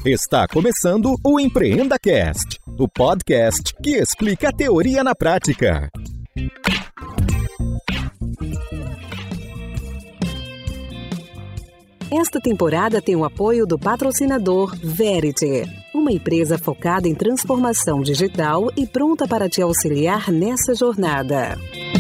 Está começando o Empreenda Cast, o podcast que explica a teoria na prática. Esta temporada tem o apoio do patrocinador Verity, uma empresa focada em transformação digital e pronta para te auxiliar nessa jornada.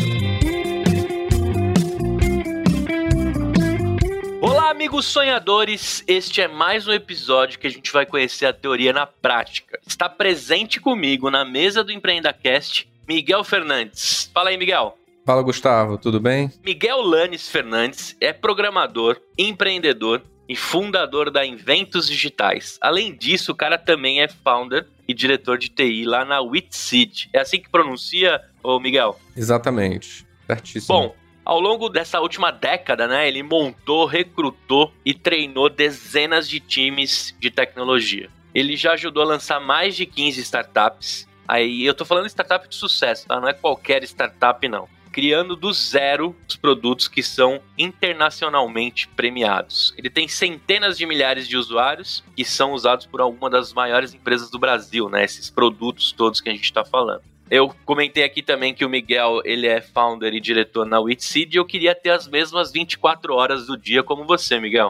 Olá, amigos sonhadores! Este é mais um episódio que a gente vai conhecer a teoria na prática. Está presente comigo na mesa do EmpreendaCast, Miguel Fernandes. Fala aí, Miguel. Fala, Gustavo, tudo bem? Miguel Lanes Fernandes é programador, empreendedor e fundador da Inventos Digitais. Além disso, o cara também é founder e diretor de TI lá na Witseed. É assim que pronuncia, ô Miguel? Exatamente, certíssimo. Bom, ao longo dessa última década, né, ele montou, recrutou e treinou dezenas de times de tecnologia. Ele já ajudou a lançar mais de 15 startups. Aí eu tô falando de startup de sucesso, tá? Não é qualquer startup, não. Criando do zero os produtos que são internacionalmente premiados. Ele tem centenas de milhares de usuários que são usados por alguma das maiores empresas do Brasil, né? Esses produtos todos que a gente está falando. Eu comentei aqui também que o Miguel, ele é founder e diretor na Witseed e eu queria ter as mesmas 24 horas do dia como você, Miguel.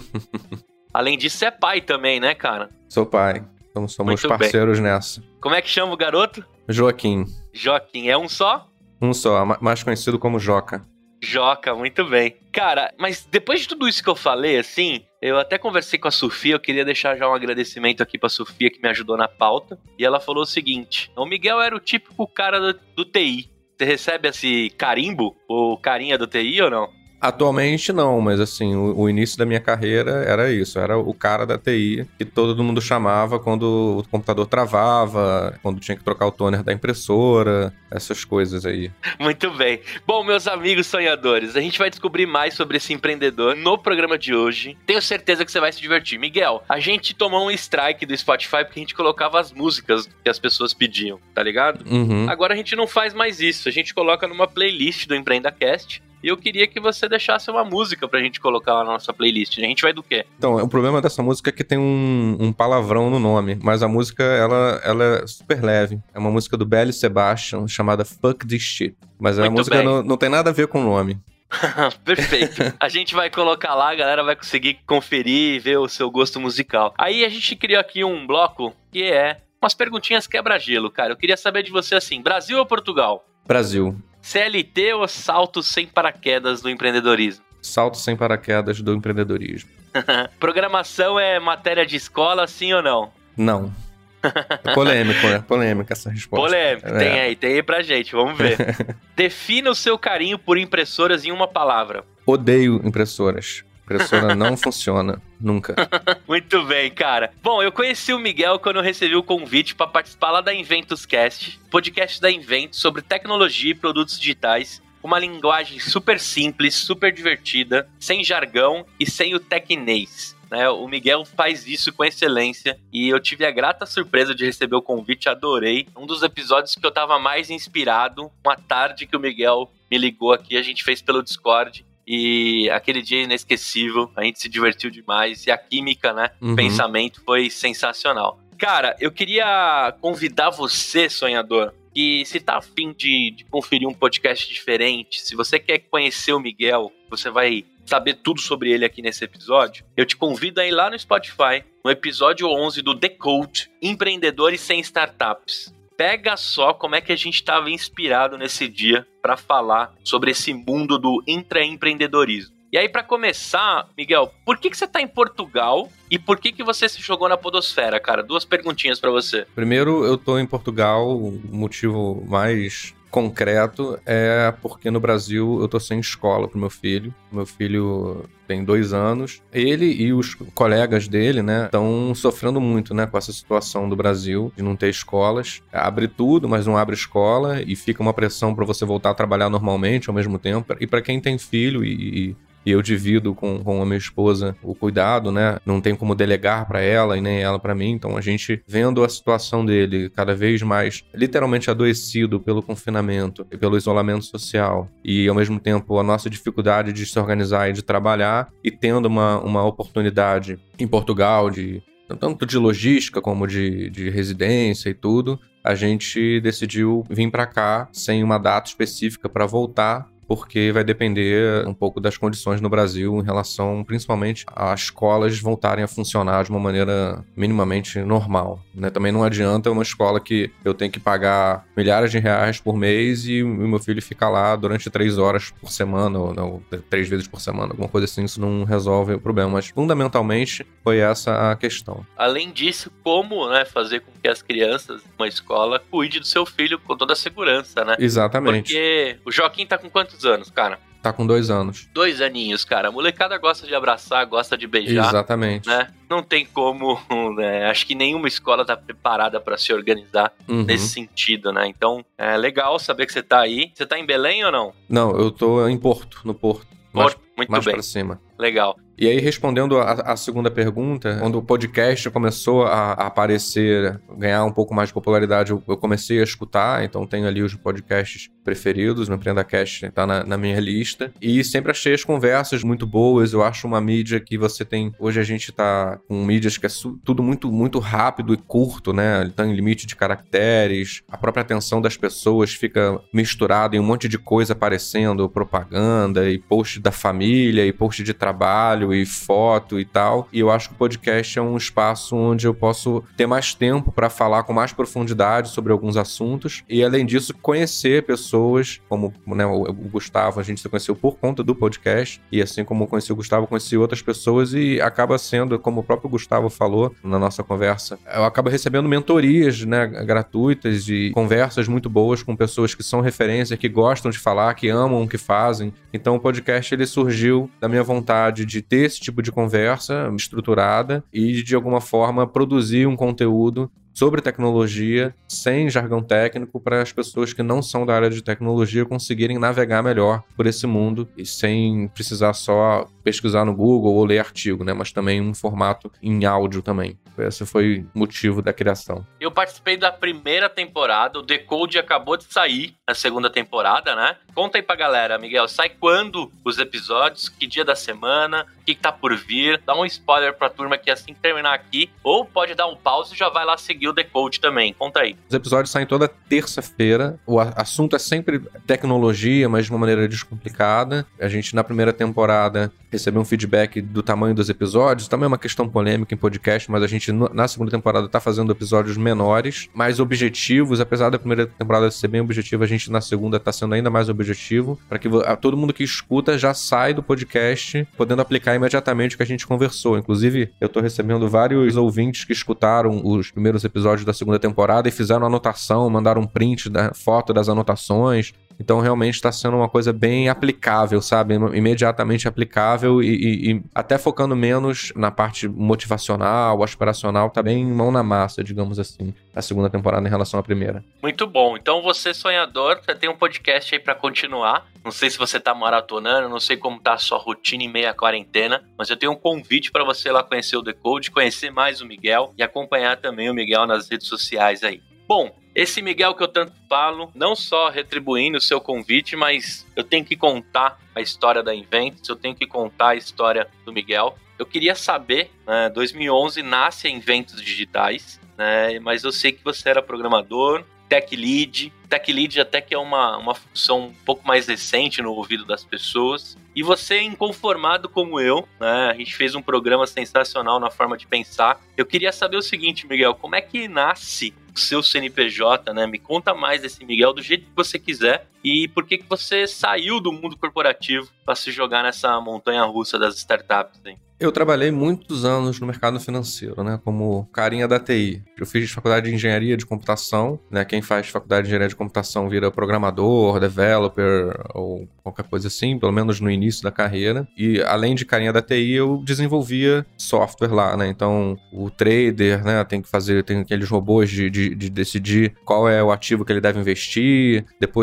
Além disso, é pai também, né, cara? Sou pai. Então somos parceiros nessa. Como é que chama o garoto? Joaquim. Joaquim. É um só? Um só, mais conhecido como Joca. Joca, muito bem. Cara, mas depois de tudo isso que eu falei, assim, eu até conversei com a Sofia, eu queria deixar já um agradecimento aqui pra Sofia, que me ajudou na pauta, e ela falou o seguinte: o Miguel era o típico cara do TI. Você recebe esse carimbo, o carinha do TI ou não? Atualmente não, mas assim, o início da minha carreira era isso, era o cara da TI que todo mundo chamava quando o computador travava, quando tinha que trocar o toner da impressora, essas coisas aí. Muito bem. Bom, meus amigos sonhadores, a gente vai descobrir mais sobre esse empreendedor no programa de hoje. Tenho certeza que você vai se divertir. Miguel, a gente tomou um strike do Spotify porque a gente colocava as músicas que as pessoas pediam, tá ligado? Uhum. Agora a gente não faz mais isso, a gente coloca numa playlist do EmpreendaCast. E eu queria que você deixasse uma música pra gente colocar na nossa playlist. A gente vai do quê? Então, o problema dessa música é que tem um palavrão no nome, mas a música, ela é super leve. É uma música do Belle Sebastian, chamada Fuck This Shit. Mas a música não tem nada a ver com o nome. Perfeito. A gente vai colocar lá, a galera vai conseguir conferir e ver o seu gosto musical. Aí a gente criou aqui um bloco que é umas perguntinhas quebra-gelo, cara. Eu queria saber de você assim, Brasil ou Portugal? Brasil. CLT ou salto sem paraquedas do empreendedorismo? Salto sem paraquedas do empreendedorismo. Programação é matéria de escola, sim ou não? Não. É polêmico, né? Polêmica essa resposta. Polêmico, tem aí pra gente, vamos ver. Defina o seu carinho por impressoras em uma palavra. Odeio impressoras. Impressora não funciona, nunca. Muito bem, cara. Bom, eu conheci o Miguel quando eu recebi o convite para participar lá da Inventos Cast, podcast da Inventos sobre tecnologia e produtos digitais, uma linguagem super simples, super divertida, sem jargão e sem o tecnês. Né? O Miguel faz isso com excelência e eu tive a grata surpresa de receber o convite, adorei. Um dos episódios que eu tava mais inspirado, uma tarde que o Miguel me ligou aqui, a gente fez pelo Discord. E aquele dia inesquecível, a gente se divertiu demais. E a química, né? O pensamento foi sensacional. Cara, eu queria convidar você, sonhador, que se tá afim de conferir um podcast diferente, se você quer conhecer o Miguel, você vai saber tudo sobre ele aqui nesse episódio, eu te convido a ir lá no Spotify, no episódio 11 do The Code, Empreendedores Sem Startups. Pega só como é que a gente estava inspirado nesse dia para falar sobre esse mundo do intraempreendedorismo. E aí, para começar, Miguel, por que você está em Portugal e por que você se jogou na podosfera, cara? 2 perguntinhas para você. Primeiro, eu tô em Portugal, o motivo mais concreto é porque no Brasil eu tô sem escola pro meu filho. Meu filho tem 2 anos. Ele e os colegas dele, né, estão sofrendo muito, né, com essa situação do Brasil de não ter escolas. Abre tudo, mas não abre escola e fica uma pressão para você voltar a trabalhar normalmente ao mesmo tempo. E para quem tem filho e eu divido com a minha esposa o cuidado, né? Não tem como delegar para ela e nem ela para mim. Então a gente vendo a situação dele cada vez mais literalmente adoecido pelo confinamento e pelo isolamento social e ao mesmo tempo a nossa dificuldade de se organizar e de trabalhar e tendo uma oportunidade em Portugal de tanto de logística como de residência e tudo, a gente decidiu vir para cá sem uma data específica para voltar, porque vai depender um pouco das condições no Brasil em relação, principalmente, às escolas voltarem a funcionar de uma maneira minimamente normal, né? Também não adianta uma escola que eu tenho que pagar milhares de reais por mês e o meu filho fica lá durante 3 horas por semana, ou 3 vezes por semana, alguma coisa assim, isso não resolve o problema. Mas, fundamentalmente, foi essa a questão. Além disso, como, né, fazer com que as crianças, uma escola, cuide do seu filho com toda a segurança, né? Exatamente. Porque o Joaquim tá com quantos anos, cara? Tá com 2 anos. 2 aninhos, cara. A molecada gosta de abraçar, gosta de beijar. Exatamente. Né? Não tem como, né? Acho que nenhuma escola tá preparada para se organizar nesse sentido, né? Então, é legal saber que você tá aí. Você tá em Belém ou não? Não, eu tô em Porto, no Porto. Muito mais bem. Pra cima. Legal. E aí, respondendo a segunda pergunta, quando o podcast começou a aparecer, ganhar um pouco mais de popularidade, eu comecei a escutar, então tenho ali os podcasts preferidos, o EmpreendaCast tá na minha lista, e sempre achei as conversas muito boas. Eu acho uma mídia que você tem... Hoje a gente tá com mídias que é tudo muito, muito rápido e curto, né? Tem limite de caracteres, a própria atenção das pessoas fica misturada em um monte de coisa aparecendo, propaganda, e post da família, e post de trabalho, e foto e tal. E eu acho que o podcast é um espaço onde eu posso ter mais tempo para falar com mais profundidade sobre alguns assuntos e, além disso, conhecer pessoas como, né, o Gustavo. A gente se conheceu por conta do podcast, e assim como eu conheci o Gustavo, eu conheci outras pessoas, e acaba sendo, como o próprio Gustavo falou na nossa conversa, eu acabo recebendo mentorias, né, gratuitas, e conversas muito boas com pessoas que são referência, que gostam de falar, que amam o que fazem. Então o podcast, ele surgiu da minha vontade de ter esse tipo de conversa estruturada e de alguma forma produzir um conteúdo sobre tecnologia, sem jargão técnico, para as pessoas que não são da área de tecnologia conseguirem navegar melhor por esse mundo e sem precisar só pesquisar no Google ou ler artigo, né? Mas também um formato em áudio também. Esse foi o motivo da criação. Eu participei da primeira temporada, o Decode acabou de sair na segunda temporada, né? Conta aí pra galera, Miguel, sai quando os episódios, que dia da semana, o que tá por vir? Dá um spoiler pra turma que assim que terminar aqui, ou pode dar um pause e já vai lá seguir o Decode também. Conta aí. Os episódios saem toda terça-feira. O assunto é sempre tecnologia, mas de uma maneira descomplicada. A gente, na primeira temporada, recebeu um feedback do tamanho dos episódios. Também é uma questão polêmica em podcast, mas a gente, na segunda temporada, tá fazendo episódios menores, mais objetivos. Apesar da primeira temporada ser bem objetiva, a gente, na segunda, tá sendo ainda mais objetivo, para que todo mundo que escuta já sai do podcast podendo aplicar imediatamente o que a gente conversou. Inclusive, eu tô recebendo vários ouvintes que escutaram os primeiros episódios da segunda temporada e fizeram anotação, mandaram um print da foto das anotações. Então, realmente está sendo uma coisa bem aplicável, sabe? Imediatamente aplicável e até focando menos na parte motivacional, aspiracional, tá bem mão na massa, digamos assim, a segunda temporada em relação à primeira. Muito bom. Então, você, sonhador, você tem um podcast aí para continuar. Não sei se você tá maratonando, não sei como tá a sua rotina em meio à quarentena, mas eu tenho um convite para você lá conhecer o Decode, conhecer mais o Miguel e acompanhar também o Miguel nas redes sociais aí. Bom, esse Miguel que eu tanto falo, não só retribuindo o seu convite, mas eu tenho que contar a história da Invents, eu tenho que contar a história do Miguel. Eu queria saber, 2011 nasce a Inventos Digitais, né, mas eu sei que você era programador, Tech Lead até que é uma função um pouco mais recente no ouvido das pessoas. E você, inconformado como eu, né? A gente fez um programa sensacional na forma de pensar. Eu queria saber o seguinte, Miguel, como é que nasce o seu CNPJ, né? Me conta mais desse Miguel, do jeito que você quiser. E por que você saiu do mundo corporativo para se jogar nessa montanha-russa das startups, hein? Eu trabalhei muitos anos no mercado financeiro, né, como carinha da TI. Eu fiz faculdade de engenharia de computação, né, quem faz faculdade de engenharia de computação vira programador, developer ou qualquer coisa assim, pelo menos no início da carreira. E além de carinha da TI, eu desenvolvia software lá, né, então o trader, né, tem aqueles robôs de decidir qual é o ativo que ele deve investir, depois tem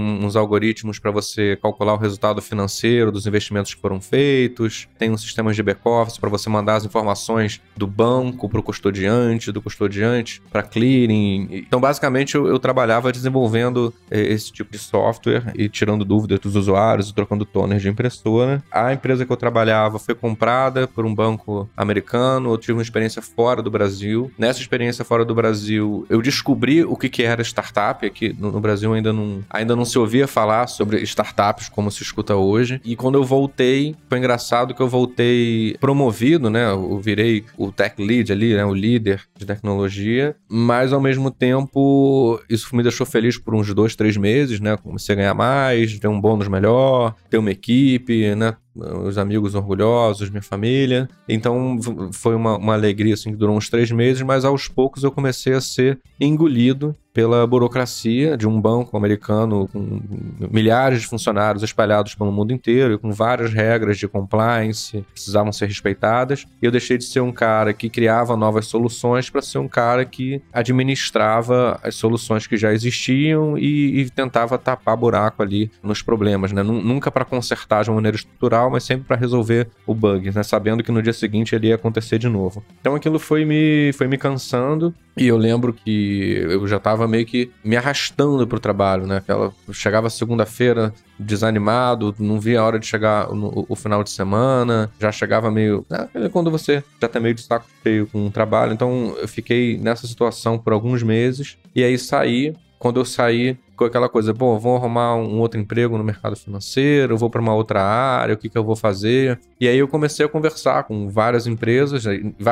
uns algoritmos para você calcular o resultado financeiro dos investimentos que foram feitos, tem uns sistemas de back-office para você mandar as informações do banco para o custodiante, do custodiante para clearing. Então, basicamente, eu trabalhava desenvolvendo esse tipo de software e tirando dúvidas dos usuários e trocando toner de impressora. A empresa que eu trabalhava foi comprada por um banco americano, eu tive uma experiência fora do Brasil. Nessa experiência fora do Brasil, eu descobri o que era startup. Aqui no Brasil ainda não se ouvia falar sobre startups como se escuta hoje. E quando eu voltei, foi engraçado que eu voltei promovido, né? Eu virei o tech lead ali, né? O líder de tecnologia. Mas, ao mesmo tempo, isso me deixou feliz por uns 2-3 meses, né? Comecei a ganhar mais, ter um bônus melhor, ter uma equipe, né? Os amigos orgulhosos, minha família. Então foi uma alegria assim, que durou uns 3 meses, mas aos poucos eu comecei a ser engolido pela burocracia de um banco americano com milhares de funcionários espalhados pelo mundo inteiro e com várias regras de compliance que precisavam ser respeitadas. E eu deixei de ser um cara que criava novas soluções para ser um cara que administrava as soluções que já existiam e tentava tapar buraco ali nos problemas, né? Nunca para consertar de uma maneira estrutural, mas sempre para resolver o bug, né? Sabendo que no dia seguinte ele ia acontecer de novo. Então aquilo foi me cansando e eu lembro que eu já estava meio que me arrastando pro trabalho, né? Chegava segunda-feira desanimado, não via a hora de chegar o final de semana, já chegava meio... quando você já tá meio de saco cheio com o trabalho. Então eu fiquei nessa situação por alguns meses e aí saí. Quando eu saí, ficou aquela coisa, eu vou arrumar um outro emprego no mercado financeiro, eu vou para uma outra área, o que eu vou fazer? E aí eu comecei a conversar com várias empresas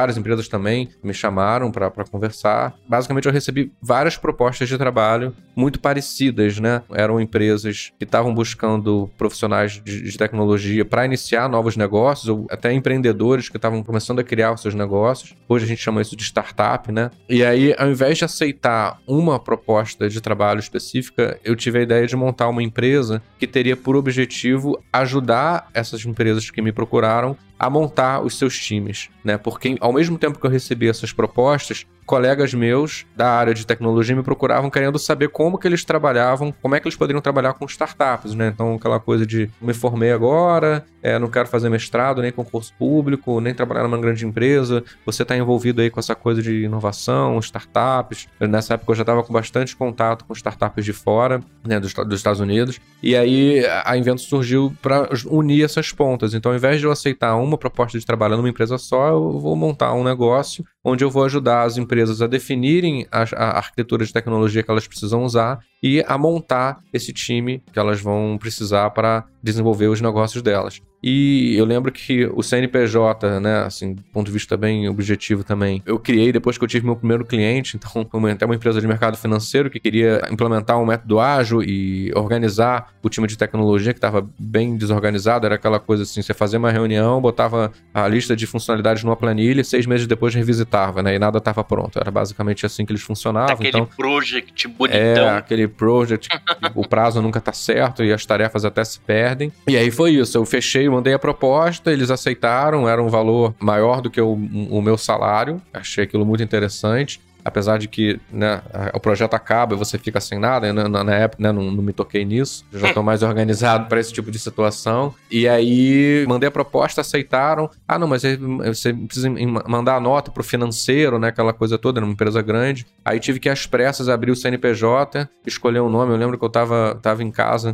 também me chamaram para conversar. Basicamente eu recebi várias propostas de trabalho muito parecidas, né? Eram empresas que estavam buscando profissionais de tecnologia para iniciar novos negócios, ou até empreendedores que estavam começando a criar os seus negócios. Hoje a gente chama isso de startup, né? E aí, ao invés de aceitar uma proposta de trabalho específica, eu tive a ideia de montar uma empresa que teria por objetivo ajudar essas empresas que me procuraram a montar os seus times, né? Porque ao mesmo tempo que eu recebi essas propostas, colegas meus da área de tecnologia me procuravam querendo saber como que eles trabalhavam, como é que eles poderiam trabalhar com startups, né? Então, aquela coisa de me formei agora, não quero fazer mestrado, nem concurso público, nem trabalhar numa grande empresa, você está envolvido aí com essa coisa de inovação, startups. Nessa época eu já estava com bastante contato com startups de fora, né, dos Estados Unidos, e aí a Inventus surgiu para unir essas pontas. Então, ao invés de eu aceitar uma proposta de trabalho numa empresa só, eu vou montar um negócio onde eu vou ajudar as empresas a definirem a arquitetura de tecnologia que elas precisam usar e a montar esse time que elas vão precisar para desenvolver os negócios delas. E eu lembro que o CNPJ, né, assim, do ponto de vista bem objetivo também, eu criei depois que eu tive meu primeiro cliente. Então, até uma empresa de mercado financeiro que queria implementar um método ágil e organizar o time de tecnologia que estava bem desorganizado. Era aquela coisa assim, você fazia uma reunião, botava a lista de funcionalidades numa planilha e 6 meses depois revisitava, né, e nada estava pronto. Era basicamente assim que eles funcionavam. Aquele project bonitão. Aquele project, o prazo nunca tá certo e as tarefas até se perdem. E aí foi isso, eu fechei, mandei a proposta, eles aceitaram, era um valor maior do que o meu salário, achei aquilo muito interessante. Apesar de que, né, o projeto acaba e você fica sem nada, na época, né, não me toquei nisso. Eu já estou mais organizado para esse tipo de situação. E aí, mandei a proposta, aceitaram. Não, mas você precisa mandar a nota pro financeiro, né, aquela coisa toda, era uma empresa grande. Aí tive que, às pressas, abrir o CNPJ, escolher um nome. Eu lembro que eu tava em casa,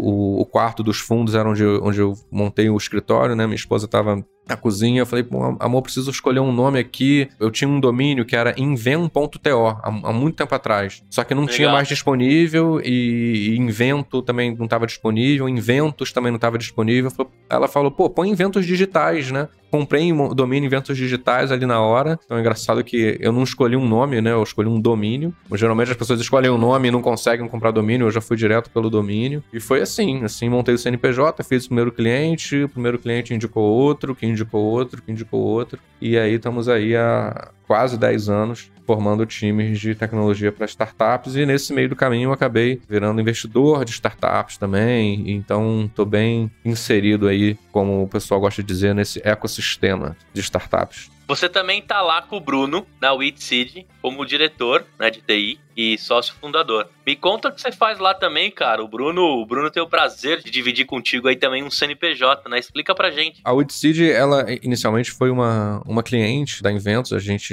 o quarto dos fundos era onde eu montei o escritório, né, minha esposa estava na cozinha. Eu falei, amor, preciso escolher um nome aqui. Eu tinha um domínio que era invent.to, há muito tempo atrás. Só que não tinha mais disponível e Invento também não estava disponível, Inventos também não estava disponível. Ela falou, põe Inventos Digitais, né? Comprei um domínio Inventos Digitais ali na hora. Então é engraçado que eu não escolhi um nome, né? Eu escolhi um domínio. Geralmente as pessoas escolhem um nome e não conseguem comprar domínio. Eu já fui direto pelo domínio. E foi assim montei o CNPJ, fiz o primeiro cliente indicou outro, que indicou outro, que indicou outro. E aí estamos aí há quase 10 anos formando times de tecnologia para startups, e nesse meio do caminho eu acabei virando investidor de startups também. Então estou bem inserido aí, como o pessoal gosta de dizer, nesse ecossistema de startups. Você também tá lá com o Bruno, na WITSEED, como diretor, né, de TI e sócio fundador. Me conta o que você faz lá também, cara. O Bruno tem o prazer de dividir contigo aí também um CNPJ, né? Explica pra gente. A WITSEED, ela inicialmente foi uma cliente da Inventus.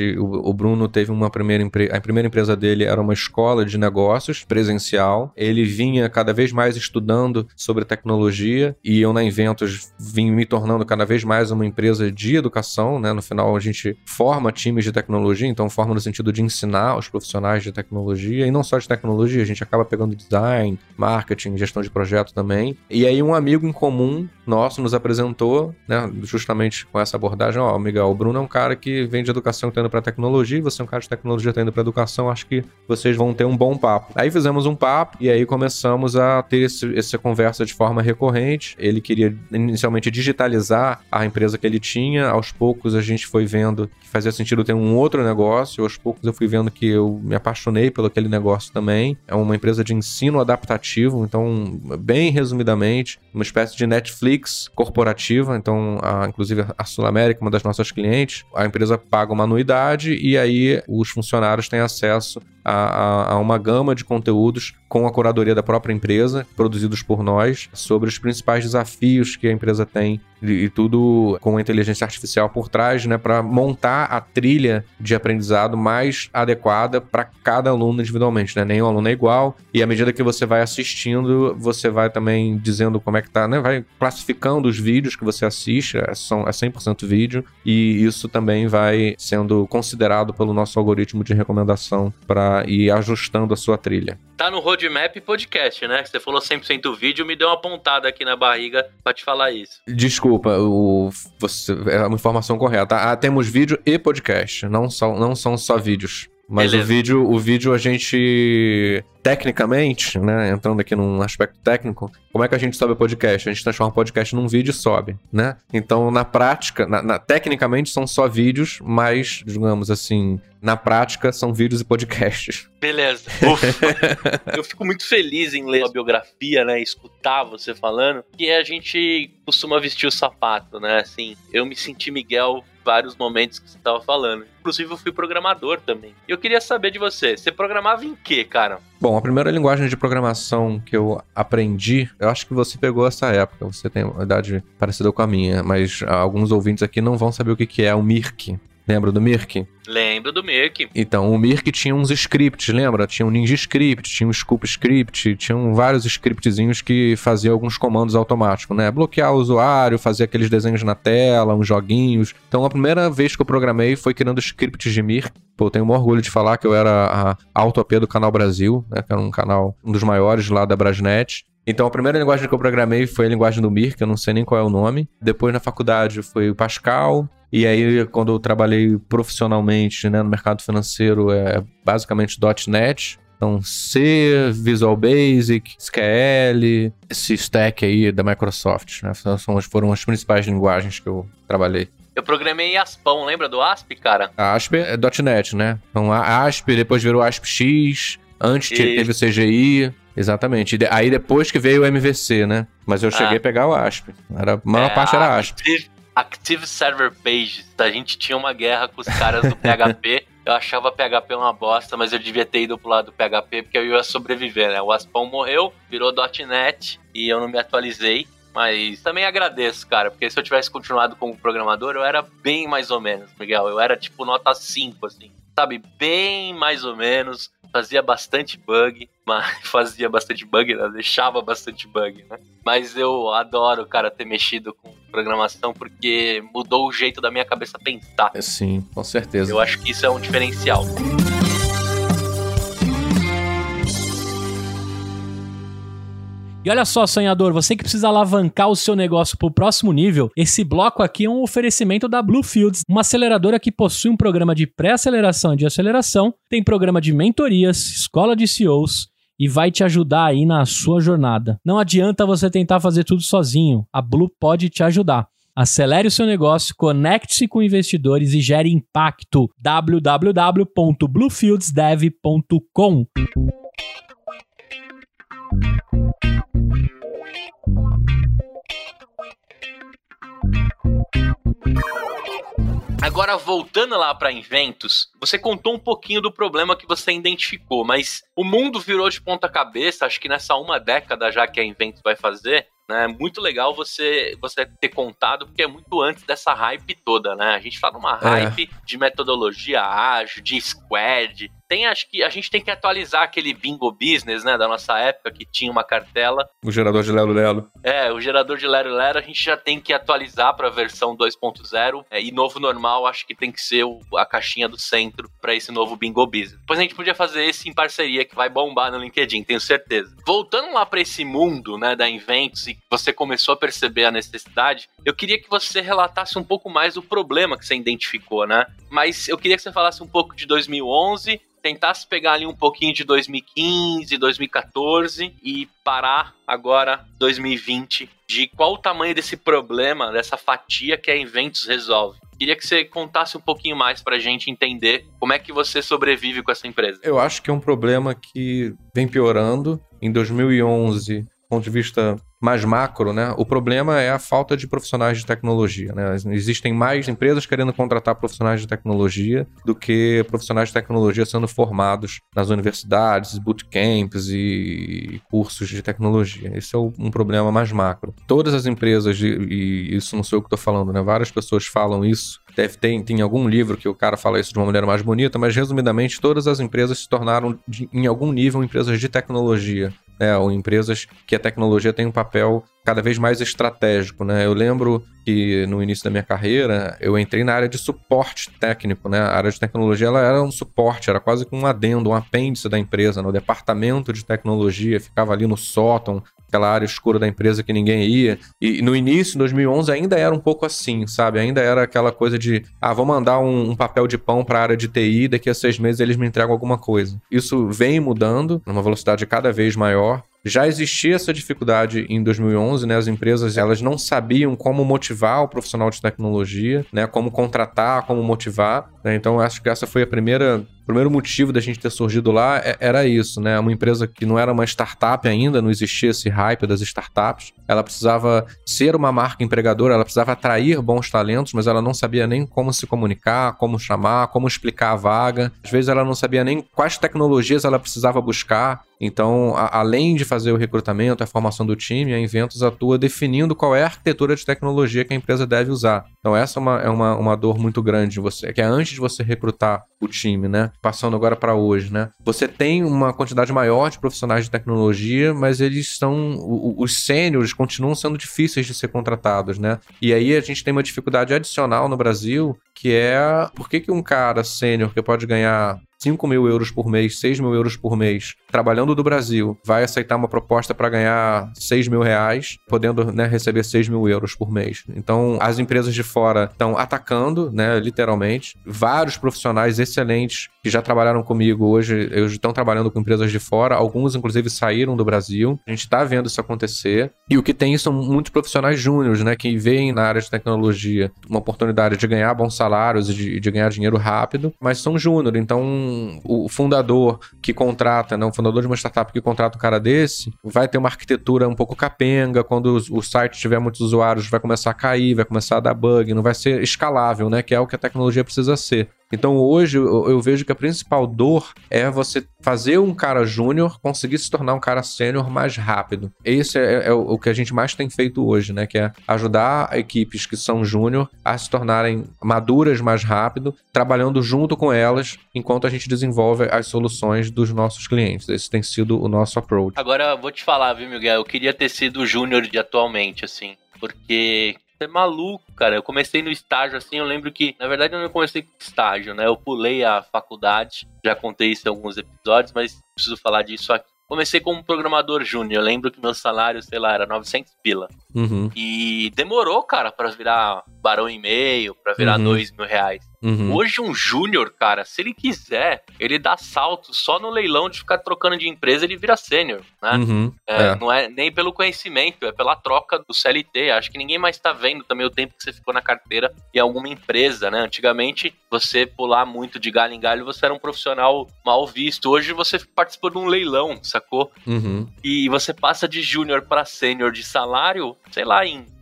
O Bruno teve a primeira empresa dele era uma escola de negócios presencial. Ele vinha cada vez mais estudando sobre tecnologia e eu na Inventus vim me tornando cada vez mais uma empresa de educação, né? No final a gente forma times de tecnologia, então forma no sentido de ensinar os profissionais de tecnologia e não só de tecnologia, a gente acaba pegando design, marketing, gestão de projeto também. E aí um amigo em comum nosso nos apresentou, né, justamente com essa abordagem, Miguel, o Bruno é um cara que vem de educação e tá indo pra tecnologia, você é um cara de tecnologia e tá indo pra educação, acho que vocês vão ter um bom papo. Aí fizemos um papo e aí começamos a ter essa conversa de forma recorrente. Ele queria inicialmente digitalizar a empresa que ele tinha, aos poucos a gente foi vendo que fazia sentido ter um outro negócio, aos poucos eu fui vendo que eu me apaixonei pelo aquele negócio também. É uma empresa de ensino adaptativo, então, bem resumidamente, uma espécie de Netflix corporativa, então, inclusive a Sul América, uma das nossas clientes, a empresa paga uma anuidade e aí os funcionários têm acesso a uma gama de conteúdos com a curadoria da própria empresa, produzidos por nós, sobre os principais desafios que a empresa tem e tudo com a inteligência artificial por trás, né, para montar a trilha de aprendizado mais adequada para cada aluno individualmente, né? Nenhum aluno é igual e à medida que você vai assistindo, você vai também dizendo como é que tá, né? Vai classificando os vídeos que você assiste, é 100% vídeo e isso também vai sendo considerado pelo nosso algoritmo de recomendação para ir ajustando a sua trilha. Tá no Roadmap Podcast, né? Você falou 100% vídeo, me deu uma pontada aqui na barriga pra te falar isso. Desculpa, é uma informação correta. Temos vídeo e podcast, não são só vídeos. Mas o vídeo a gente, tecnicamente, né, entrando aqui num aspecto técnico, como é que a gente sobe o podcast? A gente transforma o podcast num vídeo e sobe, né? Então, na prática, tecnicamente são só vídeos, mas, digamos assim, na prática são vídeos e podcasts. Beleza. Eu fico muito feliz em ler a biografia, né, escutar você falando, que a gente costuma vestir o sapato, né? Assim, eu me senti Miguel vários momentos que você estava falando. Inclusive, eu fui programador também. E eu queria saber de você. Você programava em quê, cara? Bom, a primeira linguagem de programação que eu aprendi, eu acho que você pegou essa época. Você tem uma idade parecida com a minha, mas alguns ouvintes aqui não vão saber o que é o Mirk. Lembra do Mirk? Lembro do Mirk. Então, o Mirk tinha uns scripts, lembra? Tinha um Ninja Script, tinha um Scoop Script, tinham vários scriptzinhos que faziam alguns comandos automáticos, né? Bloquear o usuário, fazer aqueles desenhos na tela, uns joguinhos. Então, a primeira vez que eu programei foi criando scripts de Mirk. Pô, eu tenho o maior orgulho de falar que eu era a auto-AP do Canal Brasil, né? Que era um canal, um dos maiores lá da Brasnet. Então, a primeira linguagem que eu programei foi a linguagem do Mirk, eu não sei nem qual é o nome. Depois, na faculdade, foi o Pascal. E aí, quando eu trabalhei profissionalmente, né, no mercado financeiro, é basicamente .NET. Então, C, Visual Basic, SQL, esse stack aí da Microsoft, né? Foram as principais linguagens que eu trabalhei. Eu programei em Aspão, lembra do ASP, cara? A ASP é .NET, né? Então, a ASP depois virou ASP-X, antes teve o CGI... Exatamente. Aí depois que veio o MVC, né? Mas eu cheguei a pegar o ASP. A maior parte era ASP. Active Server Pages. A gente tinha uma guerra com os caras do PHP. Eu achava PHP uma bosta, mas eu devia ter ido pro lado do PHP porque eu ia sobreviver, né? O Aspão morreu, virou .NET e eu não me atualizei. Mas também agradeço, cara, porque se eu tivesse continuado como programador, eu era bem mais ou menos, Miguel. Eu era tipo nota 5, assim. Sabe? Bem mais ou menos. Fazia bastante bug, né? Deixava bastante bug, né? Mas eu adoro, cara, ter mexido com programação porque mudou o jeito da minha cabeça pensar. Sim, com certeza. Eu acho que isso é um diferencial. E olha só, sonhador, você que precisa alavancar o seu negócio para o próximo nível, esse bloco aqui é um oferecimento da Bluefields, uma aceleradora que possui um programa de pré-aceleração e de aceleração, tem programa de mentorias, escola de CEOs e vai te ajudar aí na sua jornada. Não adianta você tentar fazer tudo sozinho, a Blue pode te ajudar. Acelere o seu negócio, conecte-se com investidores e gere impacto. www.bluefieldsdev.com. Agora, voltando lá para Inventus, você contou um pouquinho do problema que você identificou, mas o mundo virou de ponta cabeça, acho que nessa uma década já que a Inventus vai fazer, né? Muito legal você ter contado, porque é muito antes dessa hype toda, né? A gente tá numa hype de metodologia ágil, de squad. Acho que a gente tem que atualizar aquele Bingo Business, né, da nossa época, que tinha uma cartela. O gerador de Lero-Lero. O gerador de Lero-Lero a gente já tem que atualizar para a versão 2.0. E novo normal, acho que tem que ser a caixinha do centro para esse novo Bingo Business. Depois a gente podia fazer esse em parceria, que vai bombar no LinkedIn, tenho certeza. Voltando lá para esse mundo, né, da Inventus, e que você começou a perceber a necessidade, eu queria que você relatasse um pouco mais do problema que você identificou, né? Mas eu queria que você falasse um pouco de 2011, tentasse pegar ali um pouquinho de 2015, 2014 e parar agora 2020, de qual o tamanho desse problema, dessa fatia que a Inventus resolve. Queria que você contasse um pouquinho mais pra gente entender como é que você sobrevive com essa empresa. Eu acho que é um problema que vem piorando. Em 2011, do ponto de vista mais macro, né? O problema é a falta de profissionais de tecnologia, né? Existem mais empresas querendo contratar profissionais de tecnologia do que profissionais de tecnologia sendo formados nas universidades, bootcamps e cursos de tecnologia. Esse é um problema mais macro. Todas as empresas, e isso não sou eu que estou falando, né? Várias pessoas falam isso. Tem algum livro que o cara fala isso de uma maneira mais bonita, mas resumidamente todas as empresas se tornaram, em algum nível, empresas de tecnologia. Ou empresas que a tecnologia tem um papel cada vez mais estratégico, né? Eu lembro que no início da minha carreira, eu entrei na área de suporte técnico, né? A área de tecnologia, ela era um suporte, era quase que um adendo, um apêndice da empresa, né? O departamento de tecnologia ficava ali no sótão, aquela área escura da empresa que ninguém ia. E no início, em 2011, ainda era um pouco assim, sabe? Ainda era aquela coisa de, vou mandar um papel de pão para a área de TI, daqui a 6 meses eles me entregam alguma coisa. Isso vem mudando, numa velocidade cada vez maior. Já existia essa dificuldade em 2011, né? As empresas, elas não sabiam como motivar o profissional de tecnologia, né? Como contratar, como motivar, né? Então, acho que essa foi o primeiro motivo da gente ter surgido lá, era isso, né? Uma empresa que não era uma startup ainda, não existia esse hype das startups. Ela precisava ser uma marca empregadora, ela precisava atrair bons talentos, mas ela não sabia nem como se comunicar, como chamar, como explicar a vaga. Às vezes ela não sabia nem quais tecnologias ela precisava buscar. Então, além de fazer o recrutamento, a formação do time, a Inventus atua definindo qual é a arquitetura de tecnologia que a empresa deve usar. Então, essa é uma dor muito grande de você, que é antes de você recrutar o time, né? Passando agora para hoje, né? Você tem uma quantidade maior de profissionais de tecnologia, mas os sêniores continuam sendo difíceis de ser contratados, né? E aí a gente tem uma dificuldade adicional no Brasil, que é por que um cara sênior que pode ganhar 5 mil euros por mês, 6 mil euros por mês, trabalhando do Brasil, vai aceitar uma proposta para ganhar 6 mil reais, podendo, né, receber 6 mil euros por mês. Então, as empresas de fora estão atacando, né, literalmente. Vários profissionais excelentes que já trabalharam comigo hoje estão trabalhando com empresas de fora. Alguns, inclusive, saíram do Brasil. A gente está vendo isso acontecer. E o que tem são muitos profissionais júniores, né, que veem na área de tecnologia uma oportunidade de ganhar bons salários e de ganhar dinheiro rápido, mas são júnior. Então, o fundador que contrata, né, o fundador de uma startup que contrata um cara desse, vai ter uma arquitetura um pouco capenga. Quando o site tiver muitos usuários, vai começar a cair, vai começar a dar bug, não vai ser escalável, né, que é o que a tecnologia precisa ser. Então hoje eu vejo que a principal dor é você fazer um cara júnior conseguir se tornar um cara sênior mais rápido. Esse é o que a gente mais tem feito hoje, né? Que é ajudar equipes que são júnior a se tornarem maduras mais rápido, trabalhando junto com elas enquanto a gente desenvolve as soluções dos nossos clientes. Esse tem sido o nosso approach. Agora eu vou te falar, viu, Miguel? Eu queria ter sido júnior de atualmente, assim, porque é maluco, cara. Eu comecei no estágio, assim, eu lembro que, na verdade, eu não comecei com estágio, né? Eu pulei a faculdade, já contei isso em alguns episódios, mas preciso falar disso aqui. Comecei como programador júnior. Eu lembro que meu salário, sei lá, era 900 pila. Uhum. E demorou, cara, pra virar barão e meio, pra virar 2 mil reais. Uhum. Hoje um júnior, cara, se ele quiser, ele dá salto só no leilão de ficar trocando de empresa, ele vira sênior, né? Uhum. Não é nem pelo conhecimento, é pela troca do CLT. Acho que ninguém mais tá vendo também o tempo que você ficou na carteira em alguma empresa, né? Antigamente, você pular muito de galho em galho, você era um profissional mal visto. Hoje você participou de um leilão, sacou? Uhum. E você passa de júnior pra sênior de salário, sei lá, em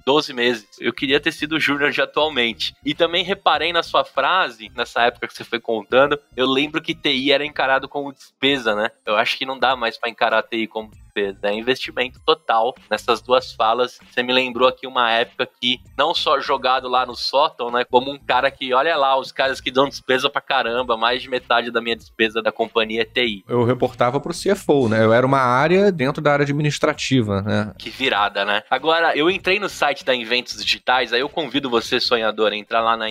12 meses. Eu queria ter sido júnior de atualmente. E também reparei na sua frase, nessa época que você foi contando, eu lembro que TI era encarado como despesa, né? Eu acho que não dá mais pra encarar TI como despesa. É investimento total nessas duas falas. Você me lembrou aqui uma época que não só jogado lá no sótão, né? Como um cara que, olha lá, os caras que dão despesa pra caramba, mais de metade da minha despesa da companhia é TI. Eu reportava pro CFO, né? Eu era uma área dentro da área administrativa, né? Que virada, né? Agora, eu entrei no site da Inventos Digitais, aí eu convido você, sonhador, a entrar lá na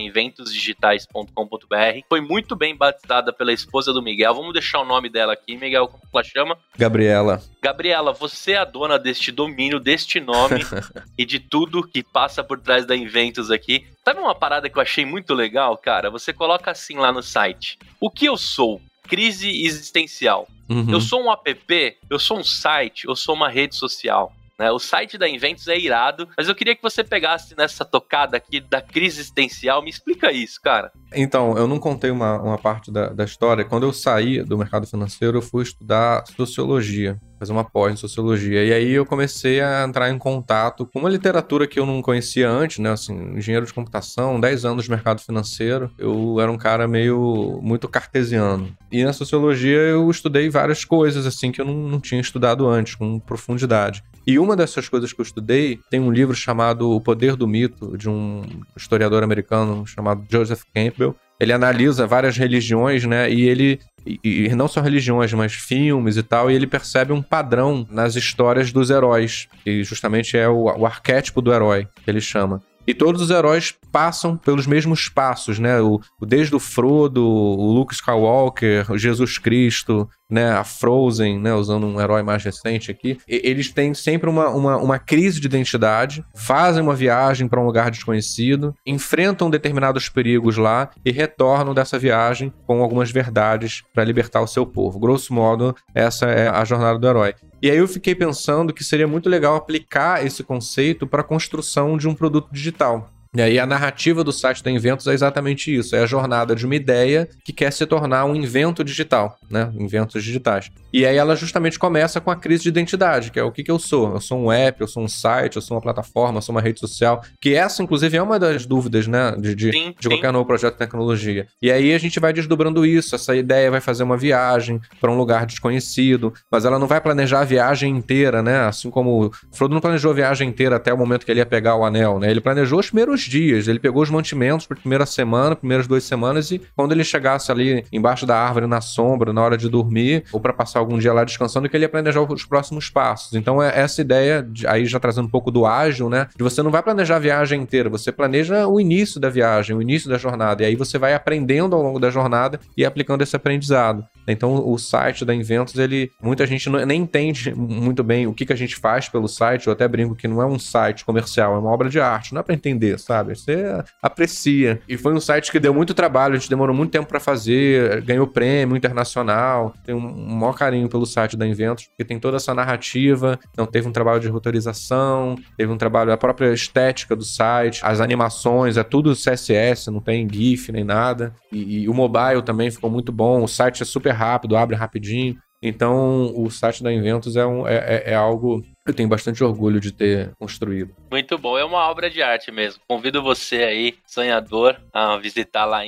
inventosdigitais.com.br. Foi muito bem batizada pela esposa do Miguel. Vamos deixar o nome dela aqui. Miguel, como ela chama? Gabriela, você é a dona deste domínio, deste nome e de tudo que passa por trás da Inventos aqui. Sabe uma parada que eu achei muito legal, cara? Você coloca assim lá no site. O que eu sou? Crise existencial. Eu sou um app? Eu sou um site? Eu sou uma rede social? Né? O site da Inventos é irado, mas eu queria que você pegasse nessa tocada aqui da crise existencial. Me explica isso, cara. Então, eu não contei uma parte da história. Quando eu saí do mercado financeiro, eu fui estudar sociologia, fazer uma pós em sociologia. E aí eu comecei a entrar em contato com uma literatura que eu não conhecia antes, né? Assim, engenheiro de computação, 10 anos de mercado financeiro. Eu era um cara muito cartesiano. E na sociologia eu estudei várias coisas, assim, que eu não tinha estudado antes, com profundidade. E uma dessas coisas que eu estudei, tem um livro chamado O Poder do Mito, de um historiador americano chamado Joseph Campbell. Ele analisa várias religiões, né? E não só religiões, mas filmes e tal, e ele percebe um padrão nas histórias dos heróis, que justamente é o arquétipo do herói, que ele chama. E todos os heróis passam pelos mesmos passos, né? Desde o Frodo, o Luke Skywalker, o Jesus Cristo, né? A Frozen, né? Usando um herói mais recente aqui. Eles têm sempre uma crise de identidade, fazem uma viagem para um lugar desconhecido, enfrentam determinados perigos lá e retornam dessa viagem com algumas verdades para libertar o seu povo. Grosso modo, essa é a jornada do herói. E aí eu fiquei pensando que seria muito legal aplicar esse conceito para a construção de um produto digital. E aí a narrativa do site da Inventos é exatamente isso, é a jornada de uma ideia que quer se tornar um invento digital, né? Inventos digitais. E aí ela justamente começa com a crise de identidade, que é o que eu sou. Eu sou um app, eu sou um site, eu sou uma plataforma, eu sou uma rede social, que essa, inclusive, é uma das dúvidas, né? De qualquer novo projeto de tecnologia. E aí a gente vai desdobrando isso, essa ideia vai fazer uma viagem para um lugar desconhecido, mas ela não vai planejar a viagem inteira, né? Assim como o Frodo não planejou a viagem inteira até o momento que ele ia pegar o anel, né? Ele planejou os primeiros dias, ele pegou os mantimentos para a primeira semana, primeiras 2 semanas, e quando ele chegasse ali embaixo da árvore, na sombra, na hora de dormir, ou para passar algum dia lá descansando, que ele ia planejar os próximos passos. Então é essa ideia, aí já trazendo um pouco do ágil, né, de você não vai planejar a viagem inteira, você planeja o início da viagem, o início da jornada, e aí você vai aprendendo ao longo da jornada e aplicando esse aprendizado. Então o site da Inventos, muita gente nem entende muito bem o que a gente faz pelo site. Eu até brinco que não é um site comercial, é uma obra de arte, não é para entender, sabe? Você aprecia. E foi um site que deu muito trabalho, a gente demorou muito tempo para fazer, ganhou prêmio internacional. Tem um maior carinho pelo site da Inventos, porque tem toda essa narrativa. Então teve um trabalho de roteirização, teve um trabalho, a própria estética do site, as animações, é tudo CSS, não tem GIF nem nada. E o mobile também ficou muito bom, o site é super rápido, abre rapidinho. Então, o site da Inventos é algo que eu tenho bastante orgulho de ter construído. Muito bom, é uma obra de arte mesmo. Convido você aí, sonhador, a visitar lá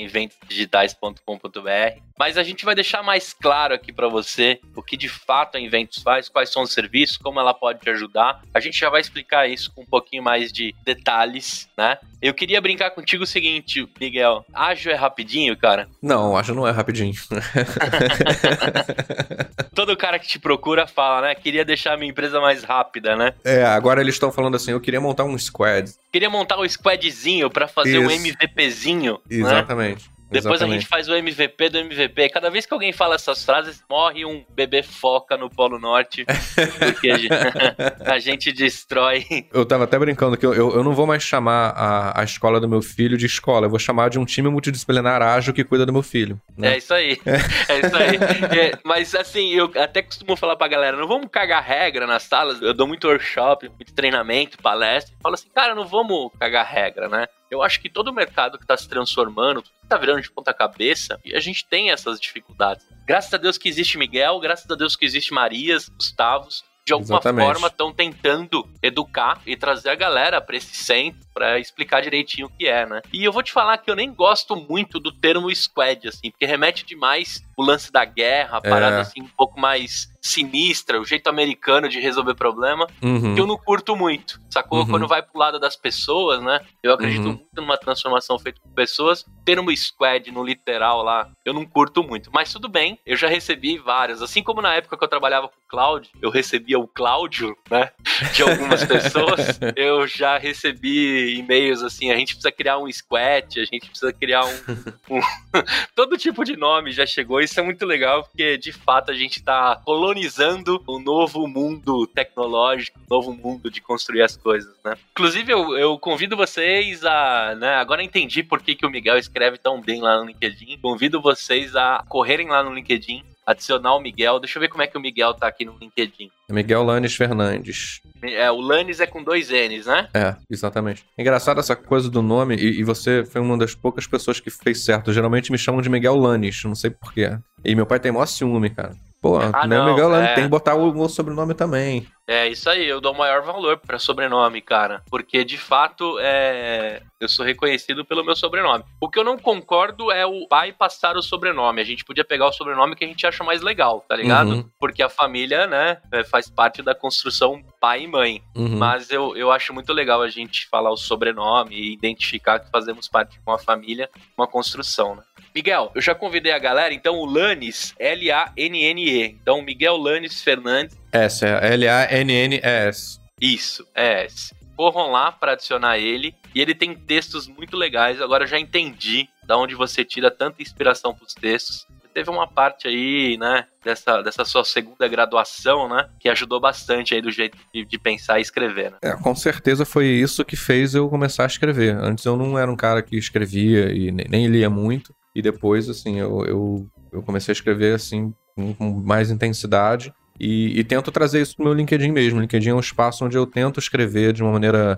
inventosdigitais.com.br. Mas a gente vai deixar mais claro aqui para você o que de fato a Inventos faz, quais são os serviços, como ela pode te ajudar. A gente já vai explicar isso com um pouquinho mais de detalhes, né? Eu queria brincar contigo o seguinte, Miguel. Ágil é rapidinho, cara? Não, ágil não é rapidinho. Todo cara que te procura fala, né? Queria deixar a minha empresa mais rápida, né? Agora eles estão falando assim, eu queria montar um squad. Queria montar um squadzinho pra fazer um MVPzinho, Exatamente. Né? Depois a gente faz o MVP do MVP. Cada vez que alguém fala essas frases, morre um bebê foca no Polo Norte, porque a gente destrói. Eu tava até brincando que eu não vou mais chamar a escola do meu filho de escola, eu vou chamar de um time multidisciplinar ágil que cuida do meu filho. Né? É isso aí. Mas assim, eu até costumo falar pra galera, não vamos cagar regra nas salas, eu dou muito workshop, muito treinamento, palestra, e falo assim, cara, não vamos cagar regra, né? Eu acho que todo o mercado que está se transformando, está virando de ponta cabeça, e a gente tem essas dificuldades. Graças a Deus que existe Miguel, graças a Deus que existe Marias, Gustavos, de alguma Exatamente. forma estão tentando educar e trazer a galera para esse centro pra explicar direitinho o que é, né? E eu vou te falar que eu nem gosto muito do termo squad, assim, porque remete demais o lance da guerra, a parada assim um pouco mais sinistra, o jeito americano de resolver problema, que eu não curto muito, sacou? Quando vai pro lado das pessoas, né? Eu acredito muito numa transformação feita por pessoas. Termo squad no literal lá, eu não curto muito. Mas tudo bem, eu já recebi vários. Assim como na época que eu trabalhava com o Cláudio, eu recebia o Cláudio, né? De algumas pessoas. Eu já recebi e-mails assim, a gente precisa criar um squad, a gente precisa criar todo tipo de nome já chegou. Isso é muito legal, porque de fato a gente tá colonizando um novo mundo tecnológico, um novo mundo de construir as coisas, né? Inclusive, eu convido vocês a, né, agora eu entendi por que o Miguel escreve tão bem lá no LinkedIn. Convido vocês a correrem lá no LinkedIn, adicionar o Miguel. Deixa eu ver como é que o Miguel tá aqui no LinkedIn. Miguel Lanes Fernandes. O Lanes é com 2 N's, né? É, exatamente. É engraçado essa coisa do nome, e você foi uma das poucas pessoas que fez certo. Geralmente me chamam de Miguel Lanes, não sei porquê. E meu pai tem maior ciúme, cara. Pô, não é Miguel Lanes, tem que botar o sobrenome também. É isso aí, eu dou o maior valor pra sobrenome, cara. Porque, de fato, eu sou reconhecido pelo meu sobrenome. O que eu não concordo é o pai passar o sobrenome. A gente podia pegar o sobrenome que a gente acha mais legal, tá ligado? Porque a família, né, faz parte da construção pai e mãe. Mas eu acho muito legal a gente falar o sobrenome e identificar que fazemos parte de uma família, uma construção, né? Miguel, eu já convidei a galera, então o Lanes, L-A-N-N-E. Então, Miguel Lanes Fernandes. S, é L-A-N-N-E-S. Isso, S. Corram lá para adicionar ele. E ele tem textos muito legais. Agora eu já entendi da onde você tira tanta inspiração pros textos. Teve uma parte aí, né, dessa sua segunda graduação, né, que ajudou bastante aí do jeito de pensar e escrever, né? Com certeza foi isso que fez eu começar a escrever. Antes eu não era um cara que escrevia e nem lia muito. E depois, assim, eu comecei a escrever, assim, com mais intensidade. E tento trazer isso pro meu LinkedIn mesmo. O LinkedIn é um espaço onde eu tento escrever de uma maneira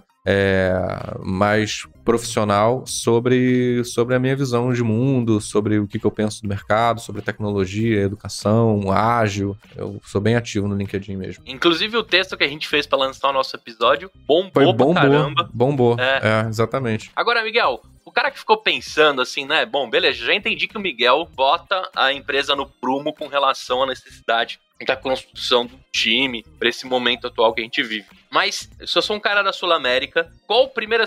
mais profissional sobre a minha visão de mundo, sobre o que eu penso do mercado, sobre tecnologia, educação, ágil. Eu sou bem ativo no LinkedIn mesmo. Inclusive o texto que a gente fez para lançar o nosso episódio bombou pra caramba. Bombou, exatamente. Agora, Miguel, o cara que ficou pensando assim, né? Bom, beleza, já entendi que o Miguel bota a empresa no prumo com relação à necessidade da construção do time para esse momento atual que a gente vive. Mas, se eu sou um cara da Sul-América, qual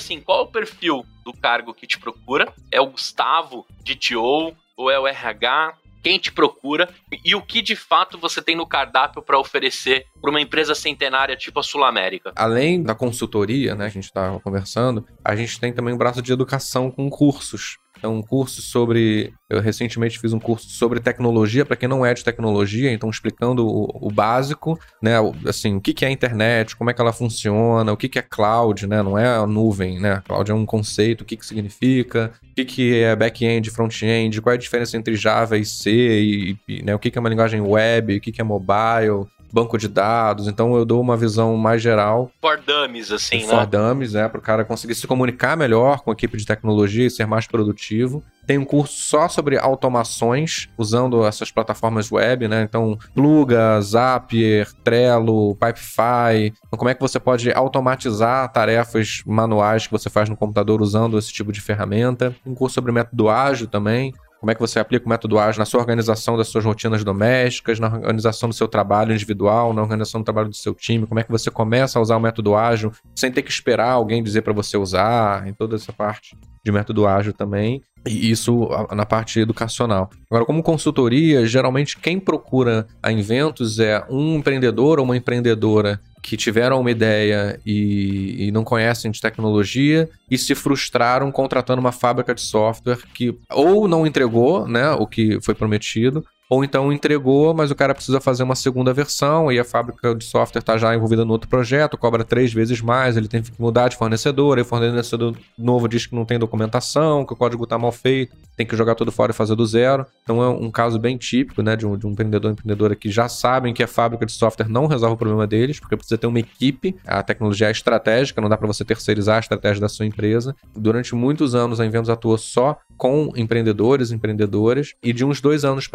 o perfil do cargo que te procura? É o Gustavo, DTO, ou é o RH? Quem te procura? E o que de fato você tem no cardápio para oferecer para uma empresa centenária tipo a Sul-América? Além da consultoria, né, que a gente estava conversando, a gente tem também um braço de educação com cursos. Então, um curso sobre... Eu recentemente fiz um curso sobre tecnologia, para quem não é de tecnologia, então explicando o básico, né? Assim, o que é a internet, como é que ela funciona, o que é cloud, né? Não é a nuvem, né? Cloud é um conceito, o que significa, o que é back-end, front-end, qual é a diferença entre Java e C, né? O que é uma linguagem web, o que é mobile, banco de dados. Então eu dou uma visão mais geral. For dummies, assim, né? For dummies, para o cara conseguir se comunicar melhor com a equipe de tecnologia e ser mais produtivo. Tem um curso só sobre automações, usando essas plataformas web, né? Então, Pluga, Zapier, Trello, Pipefy. Então, como é que você pode automatizar tarefas manuais que você faz no computador usando esse tipo de ferramenta. Um curso sobre método ágil também. Como é que você aplica o método ágil na sua organização das suas rotinas domésticas, na organização do seu trabalho individual, na organização do trabalho do seu time, como é que você começa a usar o método ágil sem ter que esperar alguém dizer para você usar, em toda essa parte de método ágil também, e isso na parte educacional. Agora, como consultoria, geralmente quem procura a Inventus é um empreendedor ou uma empreendedora que tiveram uma ideia e não conhecem de tecnologia e se frustraram contratando uma fábrica de software que ou não entregou, né, o que foi prometido, ou então entregou, mas o cara precisa fazer uma segunda versão e a fábrica de software está já envolvida no outro projeto, cobra 3 vezes mais, ele tem que mudar de fornecedor, e o fornecedor novo diz que não tem documentação, que o código está mal feito, tem que jogar tudo fora e fazer do zero. Então é um caso bem típico, né, de um empreendedor ou empreendedora que já sabem que a fábrica de software não resolve o problema deles, porque precisa ter uma equipe, a tecnologia é estratégica, não dá para você terceirizar a estratégia da sua empresa. Durante muitos anos a Inventus atuou só com empreendedores, empreendedoras, e de uns 2 anos para cá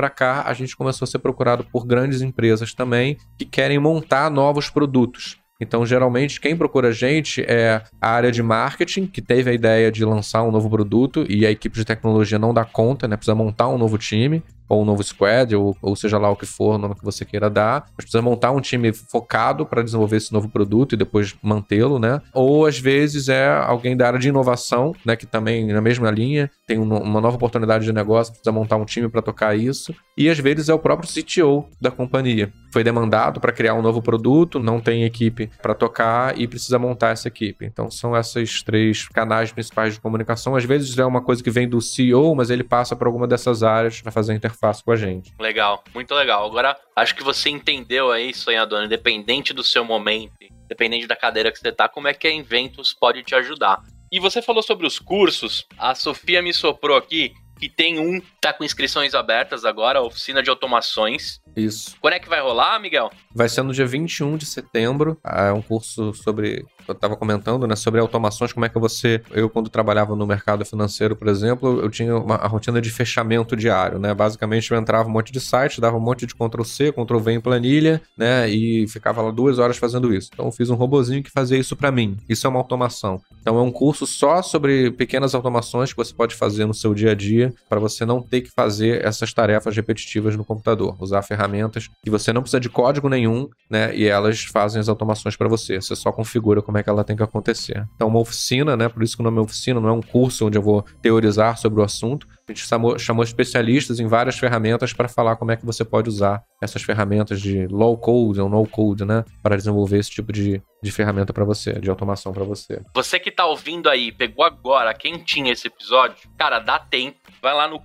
a gente começou a ser procurado por grandes empresas também que querem montar novos produtos. Então, geralmente, quem procura a gente é a área de marketing, que teve a ideia de lançar um novo produto e a equipe de tecnologia não dá conta, né? Precisa montar um novo time, ou um novo squad, ou seja lá o que for, o nome que você queira dar. Mas precisa montar um time focado para desenvolver esse novo produto e depois mantê-lo, né? Ou, às vezes, é alguém da área de inovação, né? Que também, na mesma linha, tem uma nova oportunidade de negócio, precisa montar um time para tocar isso. E, às vezes, é o próprio CTO da companhia. Foi demandado para criar um novo produto, não tem equipe para tocar e precisa montar essa equipe. Então, são esses 3 canais principais de comunicação. Às vezes, é uma coisa que vem do CEO, mas ele passa para alguma dessas áreas para fazer a interface com a gente. Legal, muito legal. Agora, acho que você entendeu aí, sonhador, independente do seu momento, independente da cadeira que você tá, como é que a Inventus pode te ajudar. E você falou sobre os cursos, a Sofia me soprou aqui que tem tá com inscrições abertas agora, a oficina de automações. Isso. Quando é que vai rolar, Miguel? Vai ser no dia 21 de setembro. É um curso sobre... Eu estava comentando, né, sobre automações, como é que eu quando trabalhava no mercado financeiro, por exemplo, eu tinha a rotina de fechamento diário, né? Basicamente eu entrava um monte de site, dava um monte de Ctrl+C, Ctrl+V em planilha, né? E ficava lá 2 horas fazendo isso. Então eu fiz um robozinho que fazia isso para mim. Isso é uma automação. Então é um curso só sobre pequenas automações que você pode fazer no seu dia a dia para você não ter que fazer essas tarefas repetitivas no computador. Usar ferramentas que você não precisa de código nenhum, né? E elas fazem as automações para você. Você só configura como é que ela tem que acontecer. Então, uma oficina, né? Por isso que o nome é oficina, não é um curso onde eu vou teorizar sobre o assunto. A gente chamou especialistas em várias ferramentas para falar como é que você pode usar essas ferramentas de low code ou no code, né? Para desenvolver esse tipo de ferramenta para você, de automação para você. Você que tá ouvindo aí, pegou agora, quem tinha esse episódio, cara, dá tempo. Vai lá no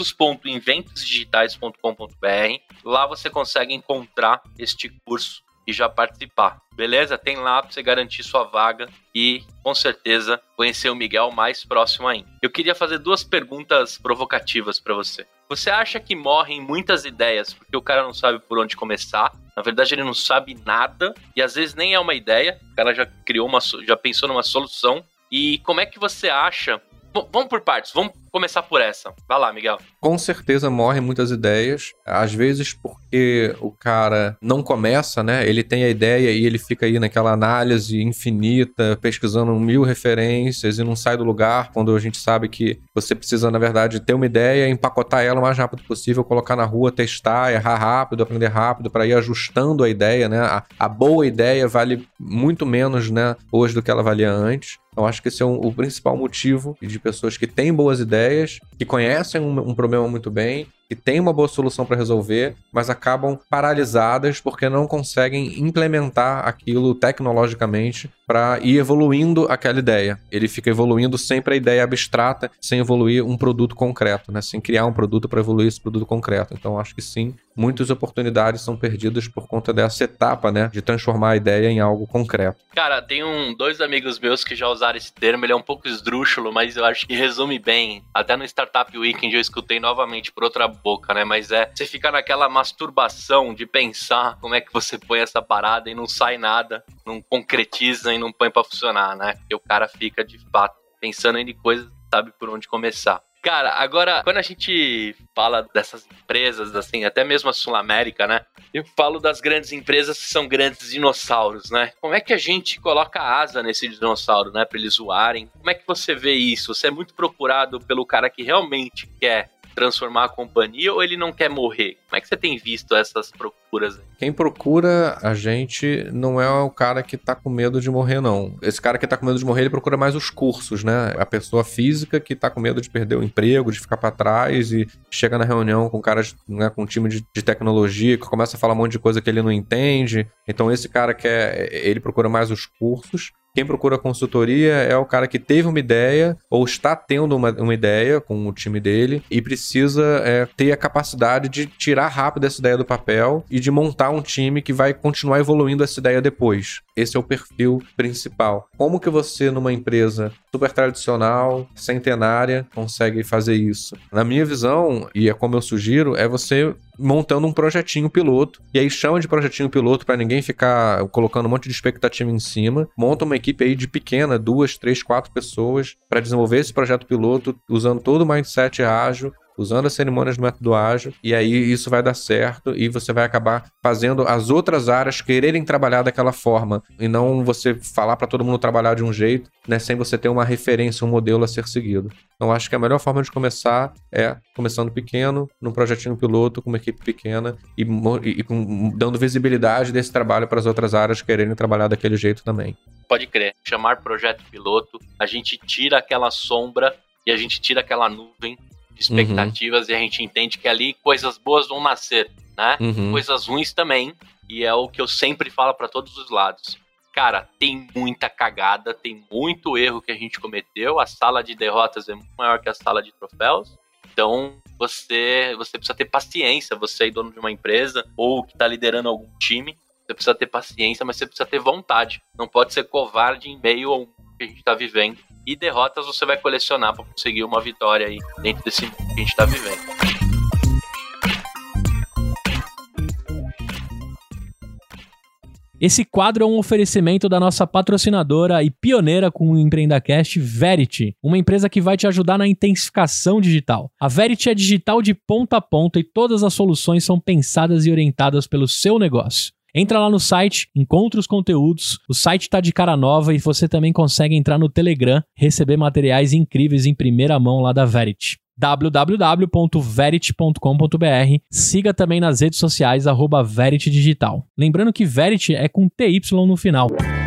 cursos.inventosdigitais.com.br. Lá você consegue encontrar este curso e já participar, beleza? Tem lá para você garantir sua vaga e, com certeza, conhecer o Miguel mais próximo ainda. Eu queria fazer 2 perguntas provocativas para você. Você acha que morrem muitas ideias porque o cara não sabe por onde começar? Na verdade, ele não sabe nada e às vezes nem é uma ideia. O cara já já pensou numa solução. E como é que você acha... Vamos por partes, vamos começar por essa. Vai lá, Miguel. Com certeza morrem muitas ideias, às vezes porque o cara não começa, né? Ele tem a ideia e ele fica aí naquela análise infinita, pesquisando 1000 referências e não sai do lugar, quando a gente sabe que você precisa, na verdade, ter uma ideia, empacotar ela o mais rápido possível, colocar na rua, testar, errar rápido, aprender rápido, para ir ajustando a ideia, né? A boa ideia vale muito menos, né, hoje do que ela valia antes. Eu acho que esse é o principal motivo de pessoas que têm boas ideias, que conhecem um problema muito bem, que têm uma boa solução para resolver, mas acabam paralisadas porque não conseguem implementar aquilo tecnologicamente para ir evoluindo aquela ideia. Ele fica evoluindo sempre a ideia abstrata, sem evoluir um produto concreto, né? Sem criar um produto para evoluir esse produto concreto. Então, acho que sim, muitas oportunidades são perdidas por conta dessa etapa, né? De transformar a ideia em algo concreto. Cara, tem 2 amigos meus que já usaram esse termo, ele é um pouco esdrúxulo, mas eu acho que resume bem. Até no Startup Weekend eu escutei novamente por outra boca, né? Mas você fica naquela masturbação de pensar como é que você põe essa parada e não sai nada, não concretiza e não põe pra funcionar, né? E o cara fica, de fato, pensando em coisas, sabe por onde começar. Cara, agora, quando a gente fala dessas empresas, assim, até mesmo a Sul América, né? Eu falo das grandes empresas que são grandes dinossauros, né? Como é que a gente coloca asa nesse dinossauro, né? Pra eles voarem? Como é que você vê isso? Você é muito procurado pelo cara que realmente quer transformar a companhia ou ele não quer morrer? Como é que você tem visto essas procuras aí? Quem procura a gente não é o cara que tá com medo de morrer, não. Esse cara que tá com medo de morrer, ele procura mais os cursos, né? A pessoa física que tá com medo de perder o emprego, de ficar pra trás e chega na reunião com caras, né, com um time de tecnologia que começa a falar um monte de coisa que ele não entende. Então esse cara ele procura mais os cursos. Quem procura consultoria é o cara que teve uma ideia ou está tendo uma ideia com o time dele e precisa ter a capacidade de tirar rápido essa ideia do papel e de montar um time que vai continuar evoluindo essa ideia depois. Esse é o perfil principal. Como que você, numa empresa super tradicional, centenária, consegue fazer isso? Na minha visão, e é como eu sugiro, é você montando um projetinho piloto, e aí chama de projetinho piloto para ninguém ficar colocando um monte de expectativa em cima, monta uma equipe aí de pequena, 2, 3, 4 pessoas para desenvolver esse projeto piloto, usando todo o mindset ágil, usando as cerimônias do método ágil, e aí isso vai dar certo e você vai acabar fazendo as outras áreas quererem trabalhar daquela forma e não você falar para todo mundo trabalhar de um jeito, né, sem você ter uma referência, um modelo a ser seguido. Então acho que a melhor forma de começar é começando pequeno, num projetinho piloto, com uma equipe pequena e dando visibilidade desse trabalho para as outras áreas quererem trabalhar daquele jeito também. Pode crer. Chamar projeto piloto, a gente tira aquela sombra e a gente tira aquela nuvem de expectativas e a gente entende que ali coisas boas vão nascer, né? Coisas ruins também, e é o que eu sempre falo para todos os lados. Cara, tem muita cagada, tem muito erro que a gente cometeu, a sala de derrotas é muito maior que a sala de troféus, então você precisa ter paciência, você é dono de uma empresa ou que está liderando algum time, você precisa ter paciência, mas você precisa ter vontade, não pode ser covarde em meio ao que a gente está vivendo, e derrotas você vai colecionar para conseguir uma vitória aí dentro desse mundo que a gente está vivendo. Esse quadro é um oferecimento da nossa patrocinadora e pioneira com o EmpreendaCast, Verity, uma empresa que vai te ajudar na intensificação digital. A Verity é digital de ponta a ponta e todas as soluções são pensadas e orientadas pelo seu negócio. Entra lá no site, encontra os conteúdos, o site está de cara nova e você também consegue entrar no Telegram, receber materiais incríveis em primeira mão lá da Verity. www.verity.com.br. Siga também nas redes sociais @Verity Digital. Lembrando que Verity é com TY no final.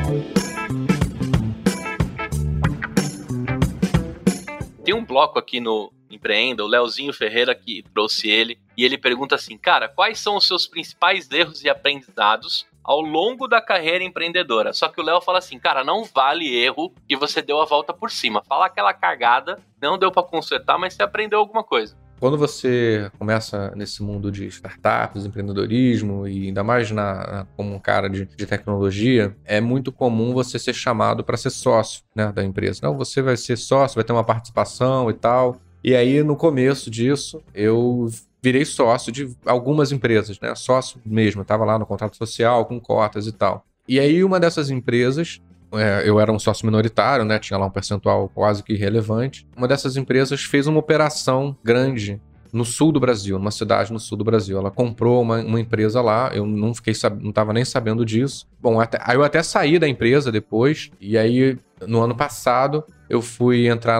Tem um bloco aqui no Empreenda, o Leozinho Ferreira que trouxe ele, e ele pergunta assim, cara, quais são os seus principais erros e aprendizados ao longo da carreira empreendedora? Só que o Léo fala assim, cara, não vale erro que você deu a volta por cima. Fala aquela cagada, não deu pra consertar, mas você aprendeu alguma coisa. Quando você começa nesse mundo de startups, empreendedorismo e ainda mais como um cara de tecnologia, é muito comum você ser chamado para ser sócio, né, da empresa. Não, você vai ser sócio, vai ter uma participação e tal. E aí, no começo disso, eu virei sócio de algumas empresas, né? Sócio mesmo, eu estava lá no contrato social, com cotas e tal. E aí, uma dessas empresas, eu era um sócio minoritário, né? Tinha lá um percentual quase que irrelevante. Uma dessas empresas fez uma operação grande no sul do Brasil, numa cidade no sul do Brasil. Ela comprou uma empresa lá, eu não estava nem sabendo disso. Bom, aí eu até saí da empresa depois, e aí, no ano passado, eu fui entrar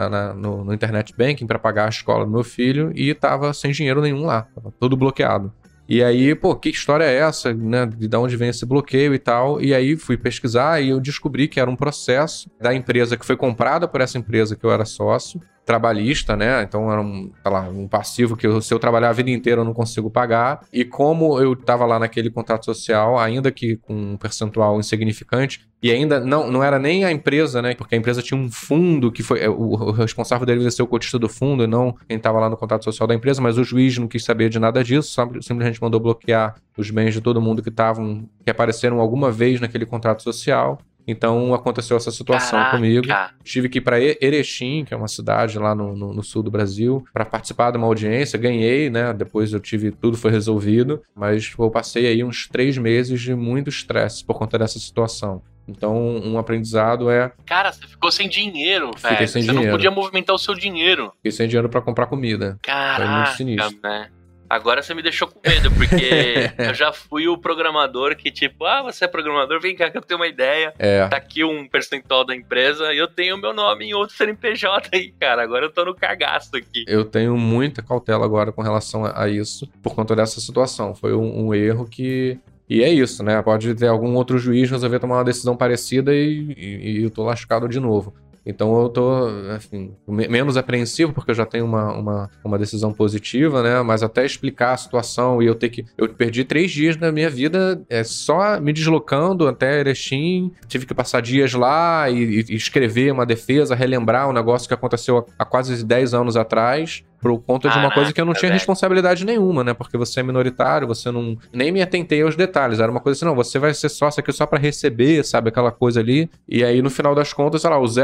no Internet Banking para pagar a escola do meu filho e tava sem dinheiro nenhum lá, tava todo bloqueado. E aí, pô, que história é essa, né? De onde vem esse bloqueio e tal? E aí fui pesquisar e eu descobri que era um processo da empresa que foi comprada por essa empresa que eu era sócio, trabalhista, né? Então era um passivo que se eu trabalhar a vida inteira eu não consigo pagar. E como eu estava lá naquele contrato social, ainda que com um percentual insignificante, e ainda não era nem a empresa, né? Porque a empresa tinha um fundo que foi... O responsável deveria ser o cotista do fundo e não quem estava lá no contrato social da empresa, mas o juiz não quis saber de nada disso, simplesmente mandou bloquear os bens de todo mundo que apareceram alguma vez naquele contrato social. Então aconteceu essa situação comigo. Tive que ir para Erechim, que é uma cidade lá no sul do Brasil, para participar de uma audiência. Ganhei, né? Depois tudo foi resolvido, mas eu passei aí uns 3 meses de muito estresse por conta dessa situação. Então, um aprendizado é... Cara, você ficou sem dinheiro, velho. Fiquei sem dinheiro. Você não podia movimentar o seu dinheiro. Fiquei sem dinheiro para comprar comida. Caraca, foi muito sinistro. Né? Agora você me deixou com medo, porque eu já fui o programador que tipo, você é programador, vem cá que eu tenho uma ideia. Tá aqui um percentual da empresa e eu tenho meu nome em outro CNPJ aí, cara. Agora eu tô no cagaço aqui. Eu tenho muita cautela agora com relação a isso, por conta dessa situação. Foi um erro que... E é isso, né? Pode ter algum outro juiz resolver tomar uma decisão parecida e eu tô lascado de novo. Então eu tô, enfim, menos apreensivo, porque eu já tenho uma decisão positiva, né? Mas até explicar a situação e eu perdi 3 dias da minha vida só me deslocando até Erechim. Tive que passar dias lá e escrever uma defesa, relembrar um negócio que aconteceu há quase 10 anos atrás. Por conta de uma coisa que eu não tinha responsabilidade nenhuma, né? Porque você é minoritário, você não... Nem me atentei aos detalhes. Era uma coisa assim, não, você vai ser sócio aqui só pra receber, sabe? Aquela coisa ali. E aí, no final das contas, sei lá, o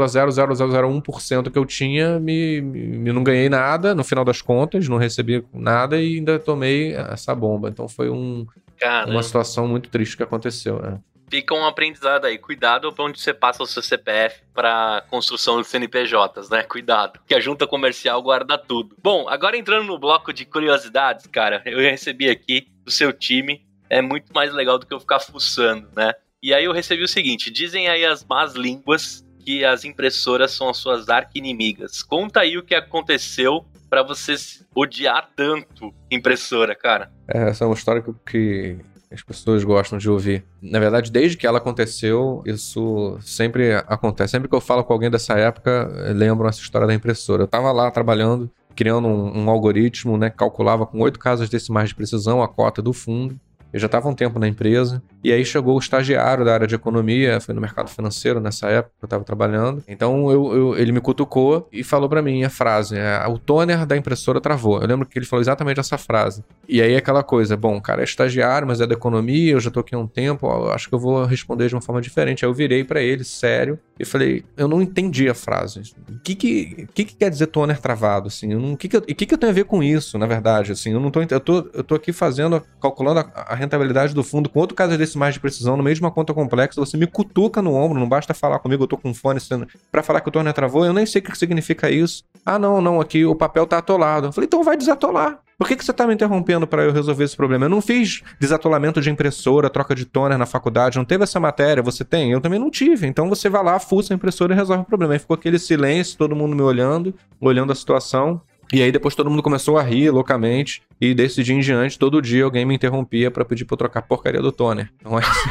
0,00001% que eu tinha, não ganhei nada, no final das contas, não recebi nada e ainda tomei essa bomba. Então foi uma situação muito triste que aconteceu, né? Fica um aprendizado aí. Cuidado pra onde você passa o seu CPF pra construção dos CNPJs, né? Cuidado, que a junta comercial guarda tudo. Bom, agora entrando no bloco de curiosidades, cara, eu recebi aqui do seu time. É muito mais legal do que eu ficar fuçando, né? E aí eu recebi o seguinte, dizem aí as más línguas que as impressoras são as suas arqui-inimigas. Conta aí o que aconteceu pra você odiar tanto impressora, cara. Essa é uma história que as pessoas gostam de ouvir. Na verdade, desde que ela aconteceu, isso sempre acontece. Sempre que eu falo com alguém dessa época, lembram essa história da impressora. Eu tava lá trabalhando, criando um algoritmo, né, que calculava com 8 casas decimais de precisão a cota do fundo. Eu já estava um tempo na empresa, e aí chegou o estagiário da área de economia, foi no mercado financeiro nessa época que eu estava trabalhando. Então ele me cutucou e falou para mim a frase, o toner da impressora travou. Eu lembro que ele falou exatamente essa frase. E aí aquela coisa, bom, o cara é estagiário, mas é da economia, eu já tô aqui há um tempo, acho que eu vou responder de uma forma diferente. Aí eu virei para ele, sério, e falei, eu não entendi a frase. O que quer dizer toner travado, assim? O que eu tenho a ver com isso, na verdade? Assim, eu tô aqui calculando a rentabilidade do fundo com outro caso decimais de precisão no meio de uma conta complexa, você me cutuca no ombro, não basta falar comigo, eu tô com um fone pra falar que o toner travou, eu nem sei o que significa isso. Não, aqui o papel tá atolado. Eu falei, então vai desatolar. Por que você tá me interrompendo pra eu resolver esse problema? Eu não fiz desatolamento de impressora, troca de toner na faculdade, não teve essa matéria, você tem? Eu também não tive. Então você vai lá, fuça a impressora e resolve o problema. Aí ficou aquele silêncio, todo mundo me olhando a situação. E aí depois todo mundo começou a rir loucamente. E desse dia em diante, todo dia alguém me interrompia pra pedir pra eu trocar a porcaria do toner. Então,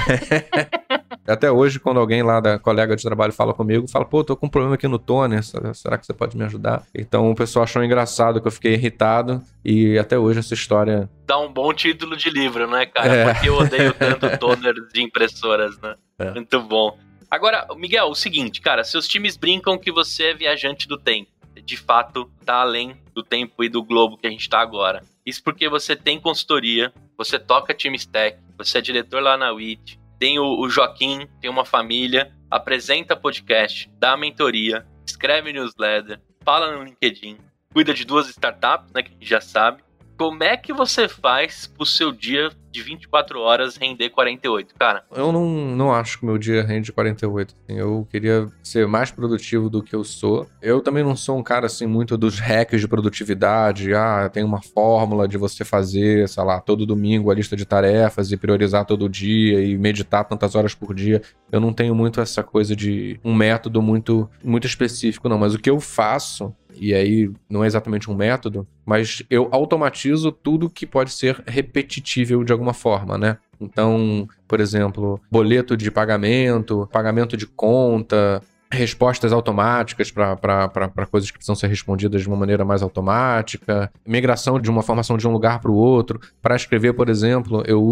até hoje, quando alguém lá da colega de trabalho fala comigo, fala, pô, tô com um problema aqui no toner, será que você pode me ajudar? Então o pessoal achou engraçado que eu fiquei irritado. E até hoje essa história... Dá um bom título de livro, né, cara? Porque eu odeio tanto toner de impressoras, né? Muito bom. Agora, Miguel, o seguinte, cara, seus times brincam que você é viajante do tempo. De fato, tá além do tempo e do globo que a gente tá agora. Isso porque você tem consultoria, você toca times tech, você é diretor lá na WIT, tem o Joaquim, tem uma família, apresenta podcast, dá mentoria, escreve newsletter, fala no LinkedIn, cuida de 2 startups, né, que a gente já sabe. Como é que você faz pro seu dia de 24 horas render 48, cara? Eu não acho que o meu dia rende 48. Assim, eu queria ser mais produtivo do que eu sou. Eu também não sou um cara, assim, muito dos hacks de produtividade. Tem uma fórmula de você fazer, sei lá, todo domingo a lista de tarefas e priorizar todo dia e meditar tantas horas por dia. Eu não tenho muito essa coisa de um método muito específico, não. Mas o que eu faço... E aí, não é exatamente um método, mas eu automatizo tudo que pode ser repetitível de alguma forma, né? Então, por exemplo, boleto de pagamento de conta, respostas automáticas para coisas que precisam ser respondidas de uma maneira mais automática, migração de uma informação de um lugar para o outro. Para escrever, por exemplo, eu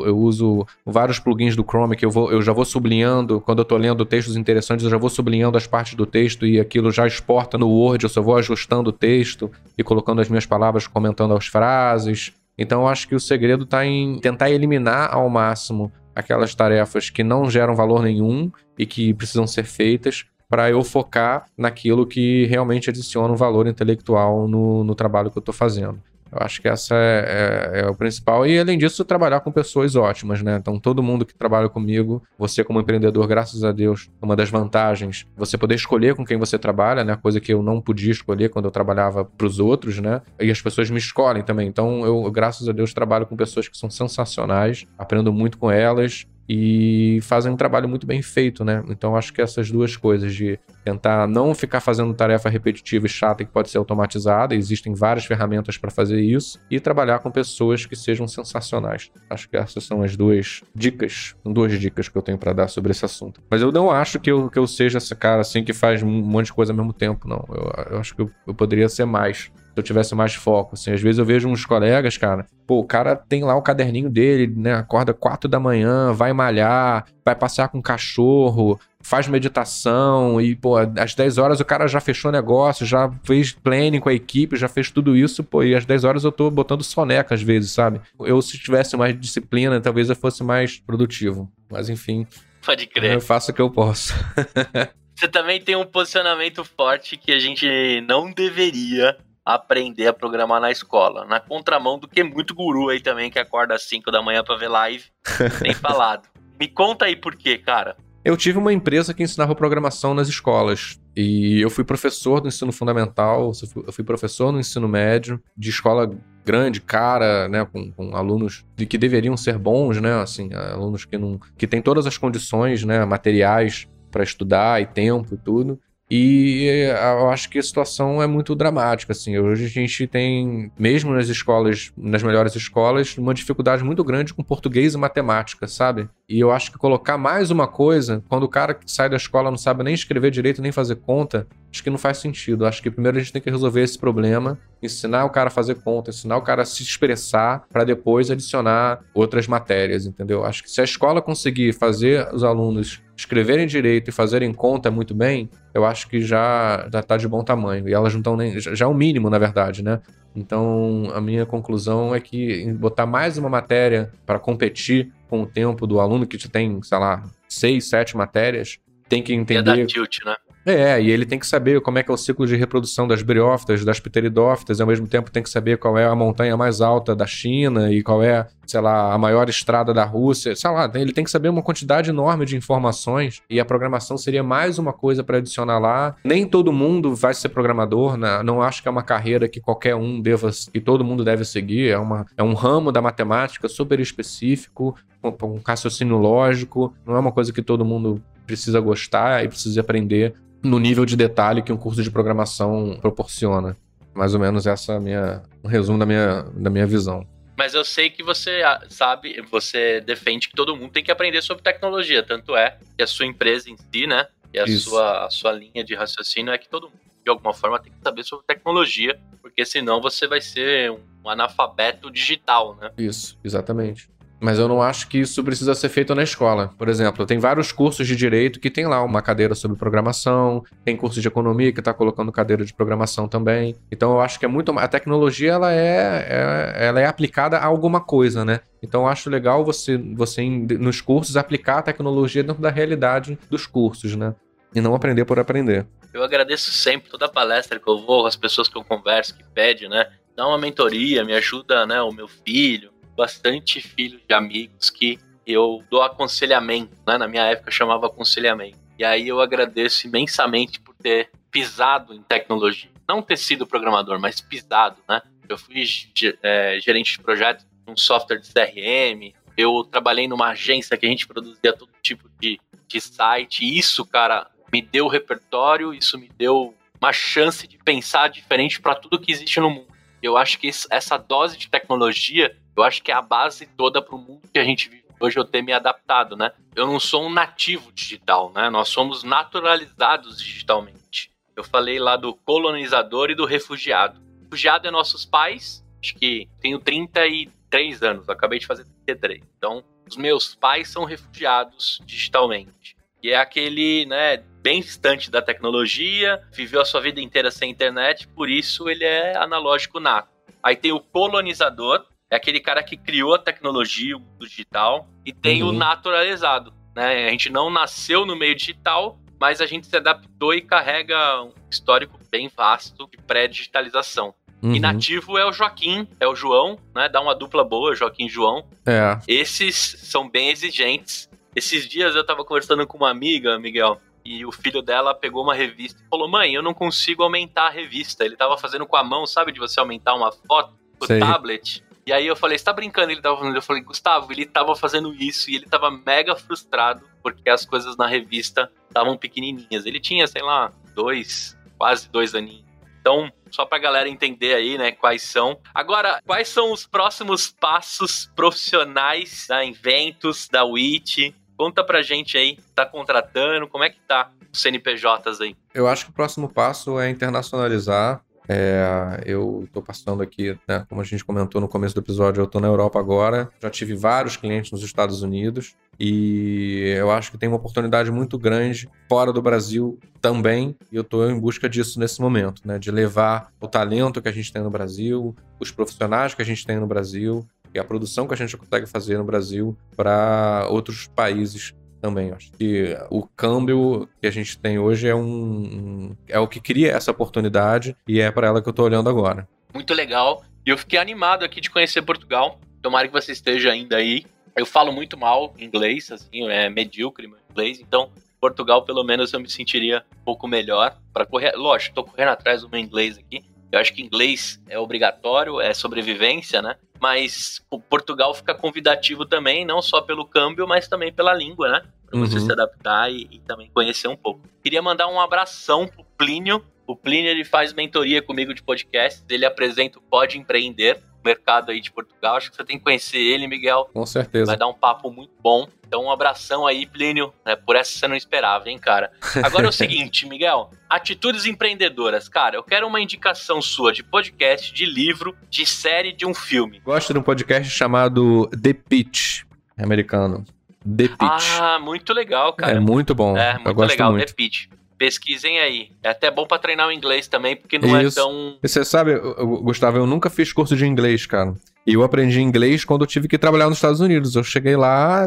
uso vários plugins do Chrome que eu já vou sublinhando, quando eu estou lendo textos interessantes, eu já vou sublinhando as partes do texto e aquilo já exporta no Word, eu só vou ajustando o texto e colocando as minhas palavras, comentando as frases. Então eu acho que o segredo está em tentar eliminar ao máximo aquelas tarefas que não geram valor nenhum e que precisam ser feitas, para eu focar naquilo que realmente adiciona um valor intelectual no trabalho que eu estou fazendo. Eu acho que essa é o principal. E, além disso, trabalhar com pessoas ótimas, né? Então, todo mundo que trabalha comigo, você como empreendedor, graças a Deus, uma das vantagens, você poder escolher com quem você trabalha, né? Coisa que eu não podia escolher quando eu trabalhava para os outros, né? E as pessoas me escolhem também. Então, eu, graças a Deus, trabalho com pessoas que são sensacionais, aprendo muito com elas e fazem um trabalho muito bem feito, né? Então acho que essas duas coisas de tentar não ficar fazendo tarefa repetitiva e chata que pode ser automatizada, existem várias ferramentas para fazer isso, e trabalhar com pessoas que sejam sensacionais. Acho que essas são as duas dicas que eu tenho para dar sobre esse assunto. Mas eu não acho que eu seja esse cara assim que faz um monte de coisa ao mesmo tempo, não. Eu acho que eu poderia ser mais. Se eu tivesse mais foco, assim. Às vezes eu vejo uns colegas, cara, o cara tem lá o caderninho dele, né, acorda 4 da manhã, vai malhar, vai passear com o cachorro, faz meditação e, às 10 horas o cara já fechou negócio, já fez planning com a equipe, já fez tudo isso, e às 10 horas eu tô botando soneca às vezes, sabe? Se tivesse mais disciplina, talvez eu fosse mais produtivo. Mas, enfim, pode crer. Eu faço o que eu posso. Você também tem um posicionamento forte que a gente não deveria aprender a programar na escola. Na contramão do que muito guru aí também, que acorda às 5 da manhã pra ver live, tem falado. Me conta aí por quê, cara. Eu tive uma empresa que ensinava programação nas escolas. E eu fui professor do ensino fundamental, eu fui professor no ensino médio, de escola grande, cara, né, com alunos que deveriam ser bons, né, assim, alunos que têm todas as condições, né, materiais para estudar e tempo e tudo. E eu acho que a situação é muito dramática, assim. Hoje a gente tem, mesmo nas escolas, nas melhores escolas, uma dificuldade muito grande com português e matemática, sabe? E eu acho que colocar mais uma coisa, quando o cara que sai da escola não sabe nem escrever direito, nem fazer conta, acho que não faz sentido. Acho que primeiro a gente tem que resolver esse problema, ensinar o cara a fazer conta, ensinar o cara a se expressar, para depois adicionar outras matérias, entendeu? Acho que se a escola conseguir fazer os alunos escreverem direito e fazerem conta muito bem, eu acho que já tá de bom tamanho. E elas não estão nem... Já é o mínimo, na verdade, né? Então, a minha conclusão é que botar mais uma matéria para competir com o tempo do aluno que tem, sei lá, 6, 7 matérias, tem que entender... É da tilt, né? E ele tem que saber como é que é o ciclo de reprodução das briófitas, das pteridófitas, e ao mesmo tempo tem que saber qual é a montanha mais alta da China e qual é, sei lá, a maior estrada da Rússia, sei lá, ele tem que saber uma quantidade enorme de informações e a programação seria mais uma coisa para adicionar lá. Nem todo mundo vai ser programador, né? Não acho que é uma carreira que qualquer um que todo mundo deve seguir, é um ramo da matemática super específico, com um raciocínio lógico, não é uma coisa que todo mundo precisa gostar e precisa aprender no nível de detalhe que um curso de programação proporciona. Mais ou menos essa é um resumo da minha visão. Mas eu sei que você sabe, você defende que todo mundo tem que aprender sobre tecnologia. Tanto é que a sua empresa em si, né? E a sua linha de raciocínio é que todo mundo, de alguma forma, tem que saber sobre tecnologia, porque senão você vai ser um analfabeto digital, né? Isso, exatamente. Mas eu não acho que isso precisa ser feito na escola. Por exemplo, tem vários cursos de direito que tem lá uma cadeira sobre programação, tem curso de economia que está colocando cadeira de programação também. Então eu acho que é muito... A tecnologia, ela é aplicada a alguma coisa, né? Então eu acho legal você nos cursos, aplicar a tecnologia dentro da realidade dos cursos, né? E não aprender por aprender. Eu agradeço sempre toda a palestra que eu vou, as pessoas que eu converso, que pedem, né? Dá uma mentoria, me ajuda, né? O meu filho. Bastante filhos de amigos que eu dou aconselhamento, né? Na minha época eu chamava aconselhamento. E aí eu agradeço imensamente por ter pisado em tecnologia. Não ter sido programador, mas pisado, né? Eu fui gerente de projeto de um software de CRM. Eu trabalhei numa agência que a gente produzia todo tipo de site. E isso, cara, me deu repertório, isso me deu uma chance de pensar diferente para tudo que existe no mundo. Eu acho que essa dose de tecnologia, eu acho que é a base toda para o mundo que a gente vive hoje, eu ter me adaptado, né? Eu não sou um nativo digital, né? Nós somos naturalizados digitalmente. Eu falei lá do colonizador e do refugiado. O refugiado é nossos pais, acho que tenho 33 anos, acabei de fazer 33. Então, os meus pais são refugiados digitalmente. E é aquele, né, bem distante da tecnologia, viveu a sua vida inteira sem internet, por isso ele é analógico nato. Aí tem o colonizador, é aquele cara que criou a tecnologia, o mundo digital, e tem o naturalizado, né? A gente não nasceu no meio digital, mas a gente se adaptou e carrega um histórico bem vasto de pré-digitalização. E nativo é o Joaquim, é o João, né? Dá uma dupla boa, Joaquim e João. É. Esses são bem exigentes. Esses dias eu tava conversando com uma amiga, Miguel, e o filho dela pegou uma revista e falou: mãe, eu não consigo aumentar a revista. Ele tava fazendo com a mão, sabe, de você aumentar uma foto com o tablet. E aí eu falei: você tá brincando? Ele tava falando. Eu falei: Gustavo, ele tava fazendo isso e ele tava mega frustrado porque as coisas na revista estavam pequenininhas. Ele tinha, sei lá, quase 2 aninhos. Então, só pra galera entender aí, né, quais são. Agora, quais são os próximos passos profissionais da Inventus, da WIT? Conta pra gente aí, tá contratando, como é que tá os CNPJs aí? Eu acho que o próximo passo é internacionalizar. Eu tô passando aqui, né, como a gente comentou no começo do episódio, eu tô na Europa agora, já tive vários clientes nos Estados Unidos e eu acho que tem uma oportunidade muito grande fora do Brasil também, e eu tô em busca disso nesse momento, né, de levar o talento que a gente tem no Brasil, os profissionais que a gente tem no Brasil e a produção que a gente consegue fazer no Brasil para outros países também. Acho que o câmbio que a gente tem hoje é o que cria essa oportunidade e é para ela que eu tô olhando agora. Muito legal. E eu fiquei animado aqui de conhecer Portugal. Tomara que você esteja ainda aí. Eu falo muito mal inglês, assim, é medíocre meu inglês, então Portugal, pelo menos, eu me sentiria um pouco melhor para correr. Lógico, tô correndo atrás do meu inglês aqui. Eu acho que inglês é obrigatório, é sobrevivência, né? Mas o Portugal fica convidativo também, não só pelo câmbio, mas também pela língua, né? Pra você se adaptar e também conhecer um pouco. Queria mandar um abração pro Plínio. O Plínio, ele faz mentoria comigo de podcast. Ele apresenta o Pode Empreender, mercado aí de Portugal. Acho que você tem que conhecer ele, Miguel. Com certeza. Vai dar um papo muito bom. Então, um abração aí, Plínio. Por essa você não esperava, hein, cara? Agora é o seguinte, Miguel. Atitudes empreendedoras. Cara, eu quero uma indicação sua de podcast, de livro, de série, de um filme. Gosto de um podcast chamado The Pitch, americano. The Pitch. Ah, muito legal, cara. É muito bom. É, eu muito gosto legal. muito. The Pitch. Pesquisem aí. É até bom pra treinar o inglês também, porque não é tão... E você sabe, Gustavo, eu nunca fiz curso de inglês, cara. E eu aprendi inglês quando eu tive que trabalhar nos Estados Unidos. Eu cheguei lá,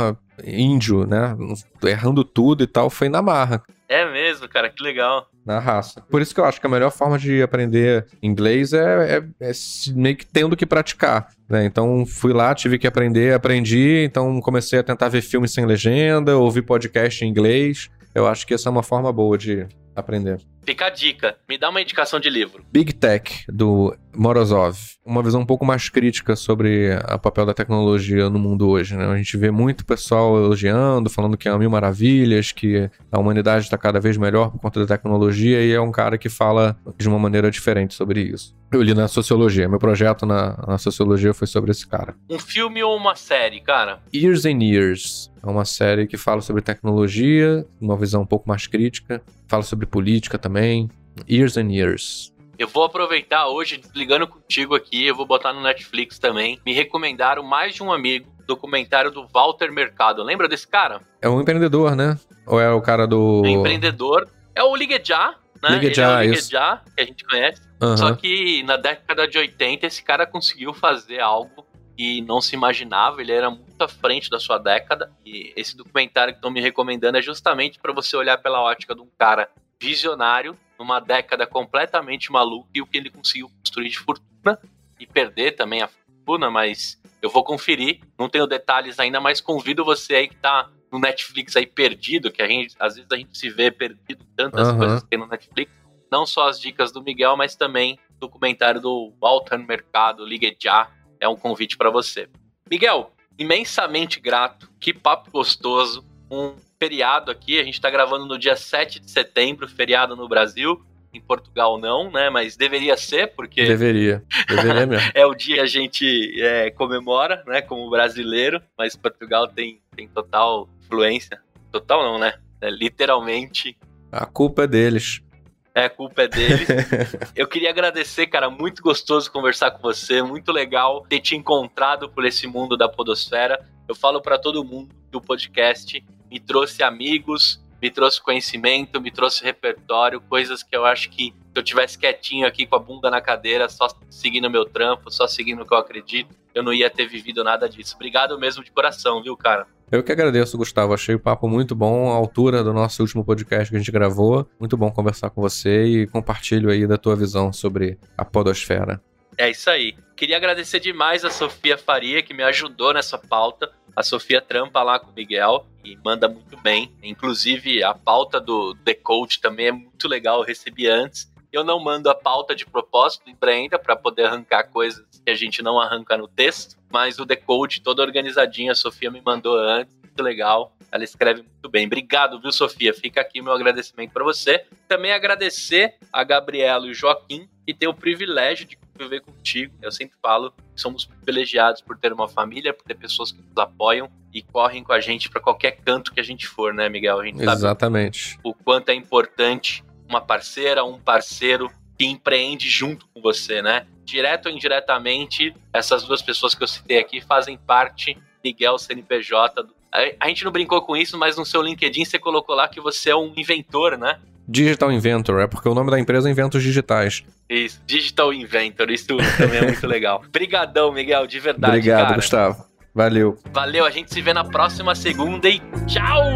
índio, né? Errando tudo e tal, foi na marra. É mesmo, cara, que legal. Na raça. Por isso que eu acho que a melhor forma de aprender inglês é meio que tendo que praticar, né? Então fui lá, tive que aprender, aprendi, então comecei a tentar ver filmes sem legenda, ouvir podcast em inglês. Eu acho que essa é uma forma boa de aprender. Fica a dica. Me dá uma indicação de livro. Big Tech, do Morozov. Uma visão um pouco mais crítica sobre o papel da tecnologia no mundo hoje, né? A gente vê muito pessoal elogiando, falando que é 1000 maravilhas, que a humanidade está cada vez melhor por conta da tecnologia, e é um cara que fala de uma maneira diferente sobre isso. Eu li na Sociologia. Meu projeto na Sociologia foi sobre esse cara. Um filme ou uma série, cara? Years and Years. É uma série que fala sobre tecnologia, uma visão um pouco mais crítica. Fala sobre política também. Years and Years. Eu vou aproveitar hoje, desligando contigo aqui, eu vou botar no Netflix também. Me recomendaram mais de um amigo, documentário do Walter Mercado. Lembra desse cara? É um empreendedor, né? Ou é o cara do... É empreendedor. É o Liguejá, né? Liguejá, ele é o Liguejá, que a gente conhece. Uhum. Só que na década de 80, esse cara conseguiu fazer algo que não se imaginava. Ele era muito à frente da sua década. E esse documentário que estão me recomendando é justamente para você olhar pela ótica de um cara visionário, numa década completamente maluca, e o que ele conseguiu construir de fortuna e perder também a fortuna, mas eu vou conferir. Não tenho detalhes ainda, mas convido você aí que tá no Netflix aí perdido, que às vezes a gente se vê perdido em tantas coisas que tem no Netflix. Não só as dicas do Miguel, mas também o documentário do Walter Mercado, Liguejá, é um convite para você. Miguel, imensamente grato, que papo gostoso, um feriado aqui, a gente tá gravando no dia 7 de setembro, feriado no Brasil, em Portugal não, né, mas deveria ser, porque... Deveria mesmo. É o dia que a gente comemora, né, como brasileiro, mas Portugal tem total influência, total não, né, literalmente. A culpa é deles. A culpa é deles. Eu queria agradecer, cara, muito gostoso conversar com você, muito legal ter te encontrado por esse mundo da podosfera. Eu falo pra todo mundo que o podcast me trouxe amigos, me trouxe conhecimento, me trouxe repertório, coisas que eu acho que se eu tivesse quietinho aqui com a bunda na cadeira, só seguindo o meu trampo, só seguindo o que eu acredito, eu não ia ter vivido nada disso. Obrigado mesmo de coração, viu, cara? Eu que agradeço, Gustavo. Achei o papo muito bom, à altura do nosso último podcast que a gente gravou. Muito bom conversar com você e compartilho aí da tua visão sobre a podosfera. É isso aí. Queria agradecer demais a Sofia Faria, que me ajudou nessa pauta. A Sofia trampa lá com o Miguel e manda muito bem. Inclusive, a pauta do The Code também é muito legal, eu recebi antes. Eu não mando a pauta de propósito empreenda para poder arrancar coisas que a gente não arranca no texto, mas o The Code, toda organizadinha, a Sofia me mandou antes, muito legal. Ela escreve muito bem. Obrigado, viu, Sofia? Fica aqui o meu agradecimento para você. Também agradecer a Gabriela e o Joaquim, que tem o privilégio de conviver contigo. Eu sempre falo que somos privilegiados por ter uma família, por ter pessoas que nos apoiam e correm com a gente para qualquer canto que a gente for, né, Miguel? A gente Exatamente. sabe o quanto é importante uma parceira, um parceiro que empreende junto com você, né? Direto ou indiretamente, essas duas pessoas que eu citei aqui fazem parte, Miguel, CNPJ. A gente não brincou com isso, mas no seu LinkedIn você colocou lá que você é um inventor, né? Digital Inventor, é porque o nome da empresa é Inventos Digitais. Isso, Digital Inventor, isso também é muito legal. Obrigadão, Miguel, de verdade, Obrigado, cara. Gustavo. Valeu. Valeu, a gente se vê na próxima segunda e tchau!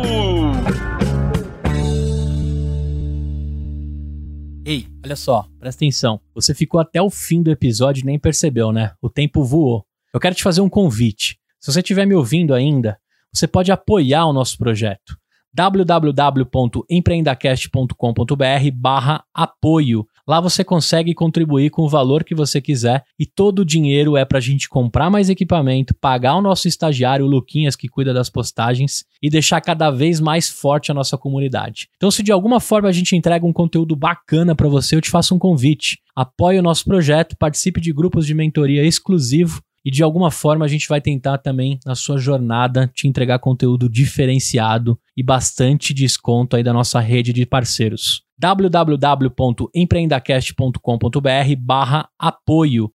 Ei, olha só, presta atenção. Você ficou até o fim do episódio e nem percebeu, né? O tempo voou. Eu quero te fazer um convite. Se você estiver me ouvindo ainda, você pode apoiar o nosso projeto. www.empreendacast.com.br/apoio. Lá você consegue contribuir com o valor que você quiser e todo o dinheiro é para a gente comprar mais equipamento, pagar o nosso estagiário, o Luquinhas, que cuida das postagens, e deixar cada vez mais forte a nossa comunidade. Então, se de alguma forma a gente entrega um conteúdo bacana para você, eu te faço um convite. Apoie o nosso projeto, participe de grupos de mentoria exclusivo e de alguma forma a gente vai tentar também, na sua jornada, te entregar conteúdo diferenciado e bastante desconto aí da nossa rede de parceiros. www.empreendacast.com.br/apoio.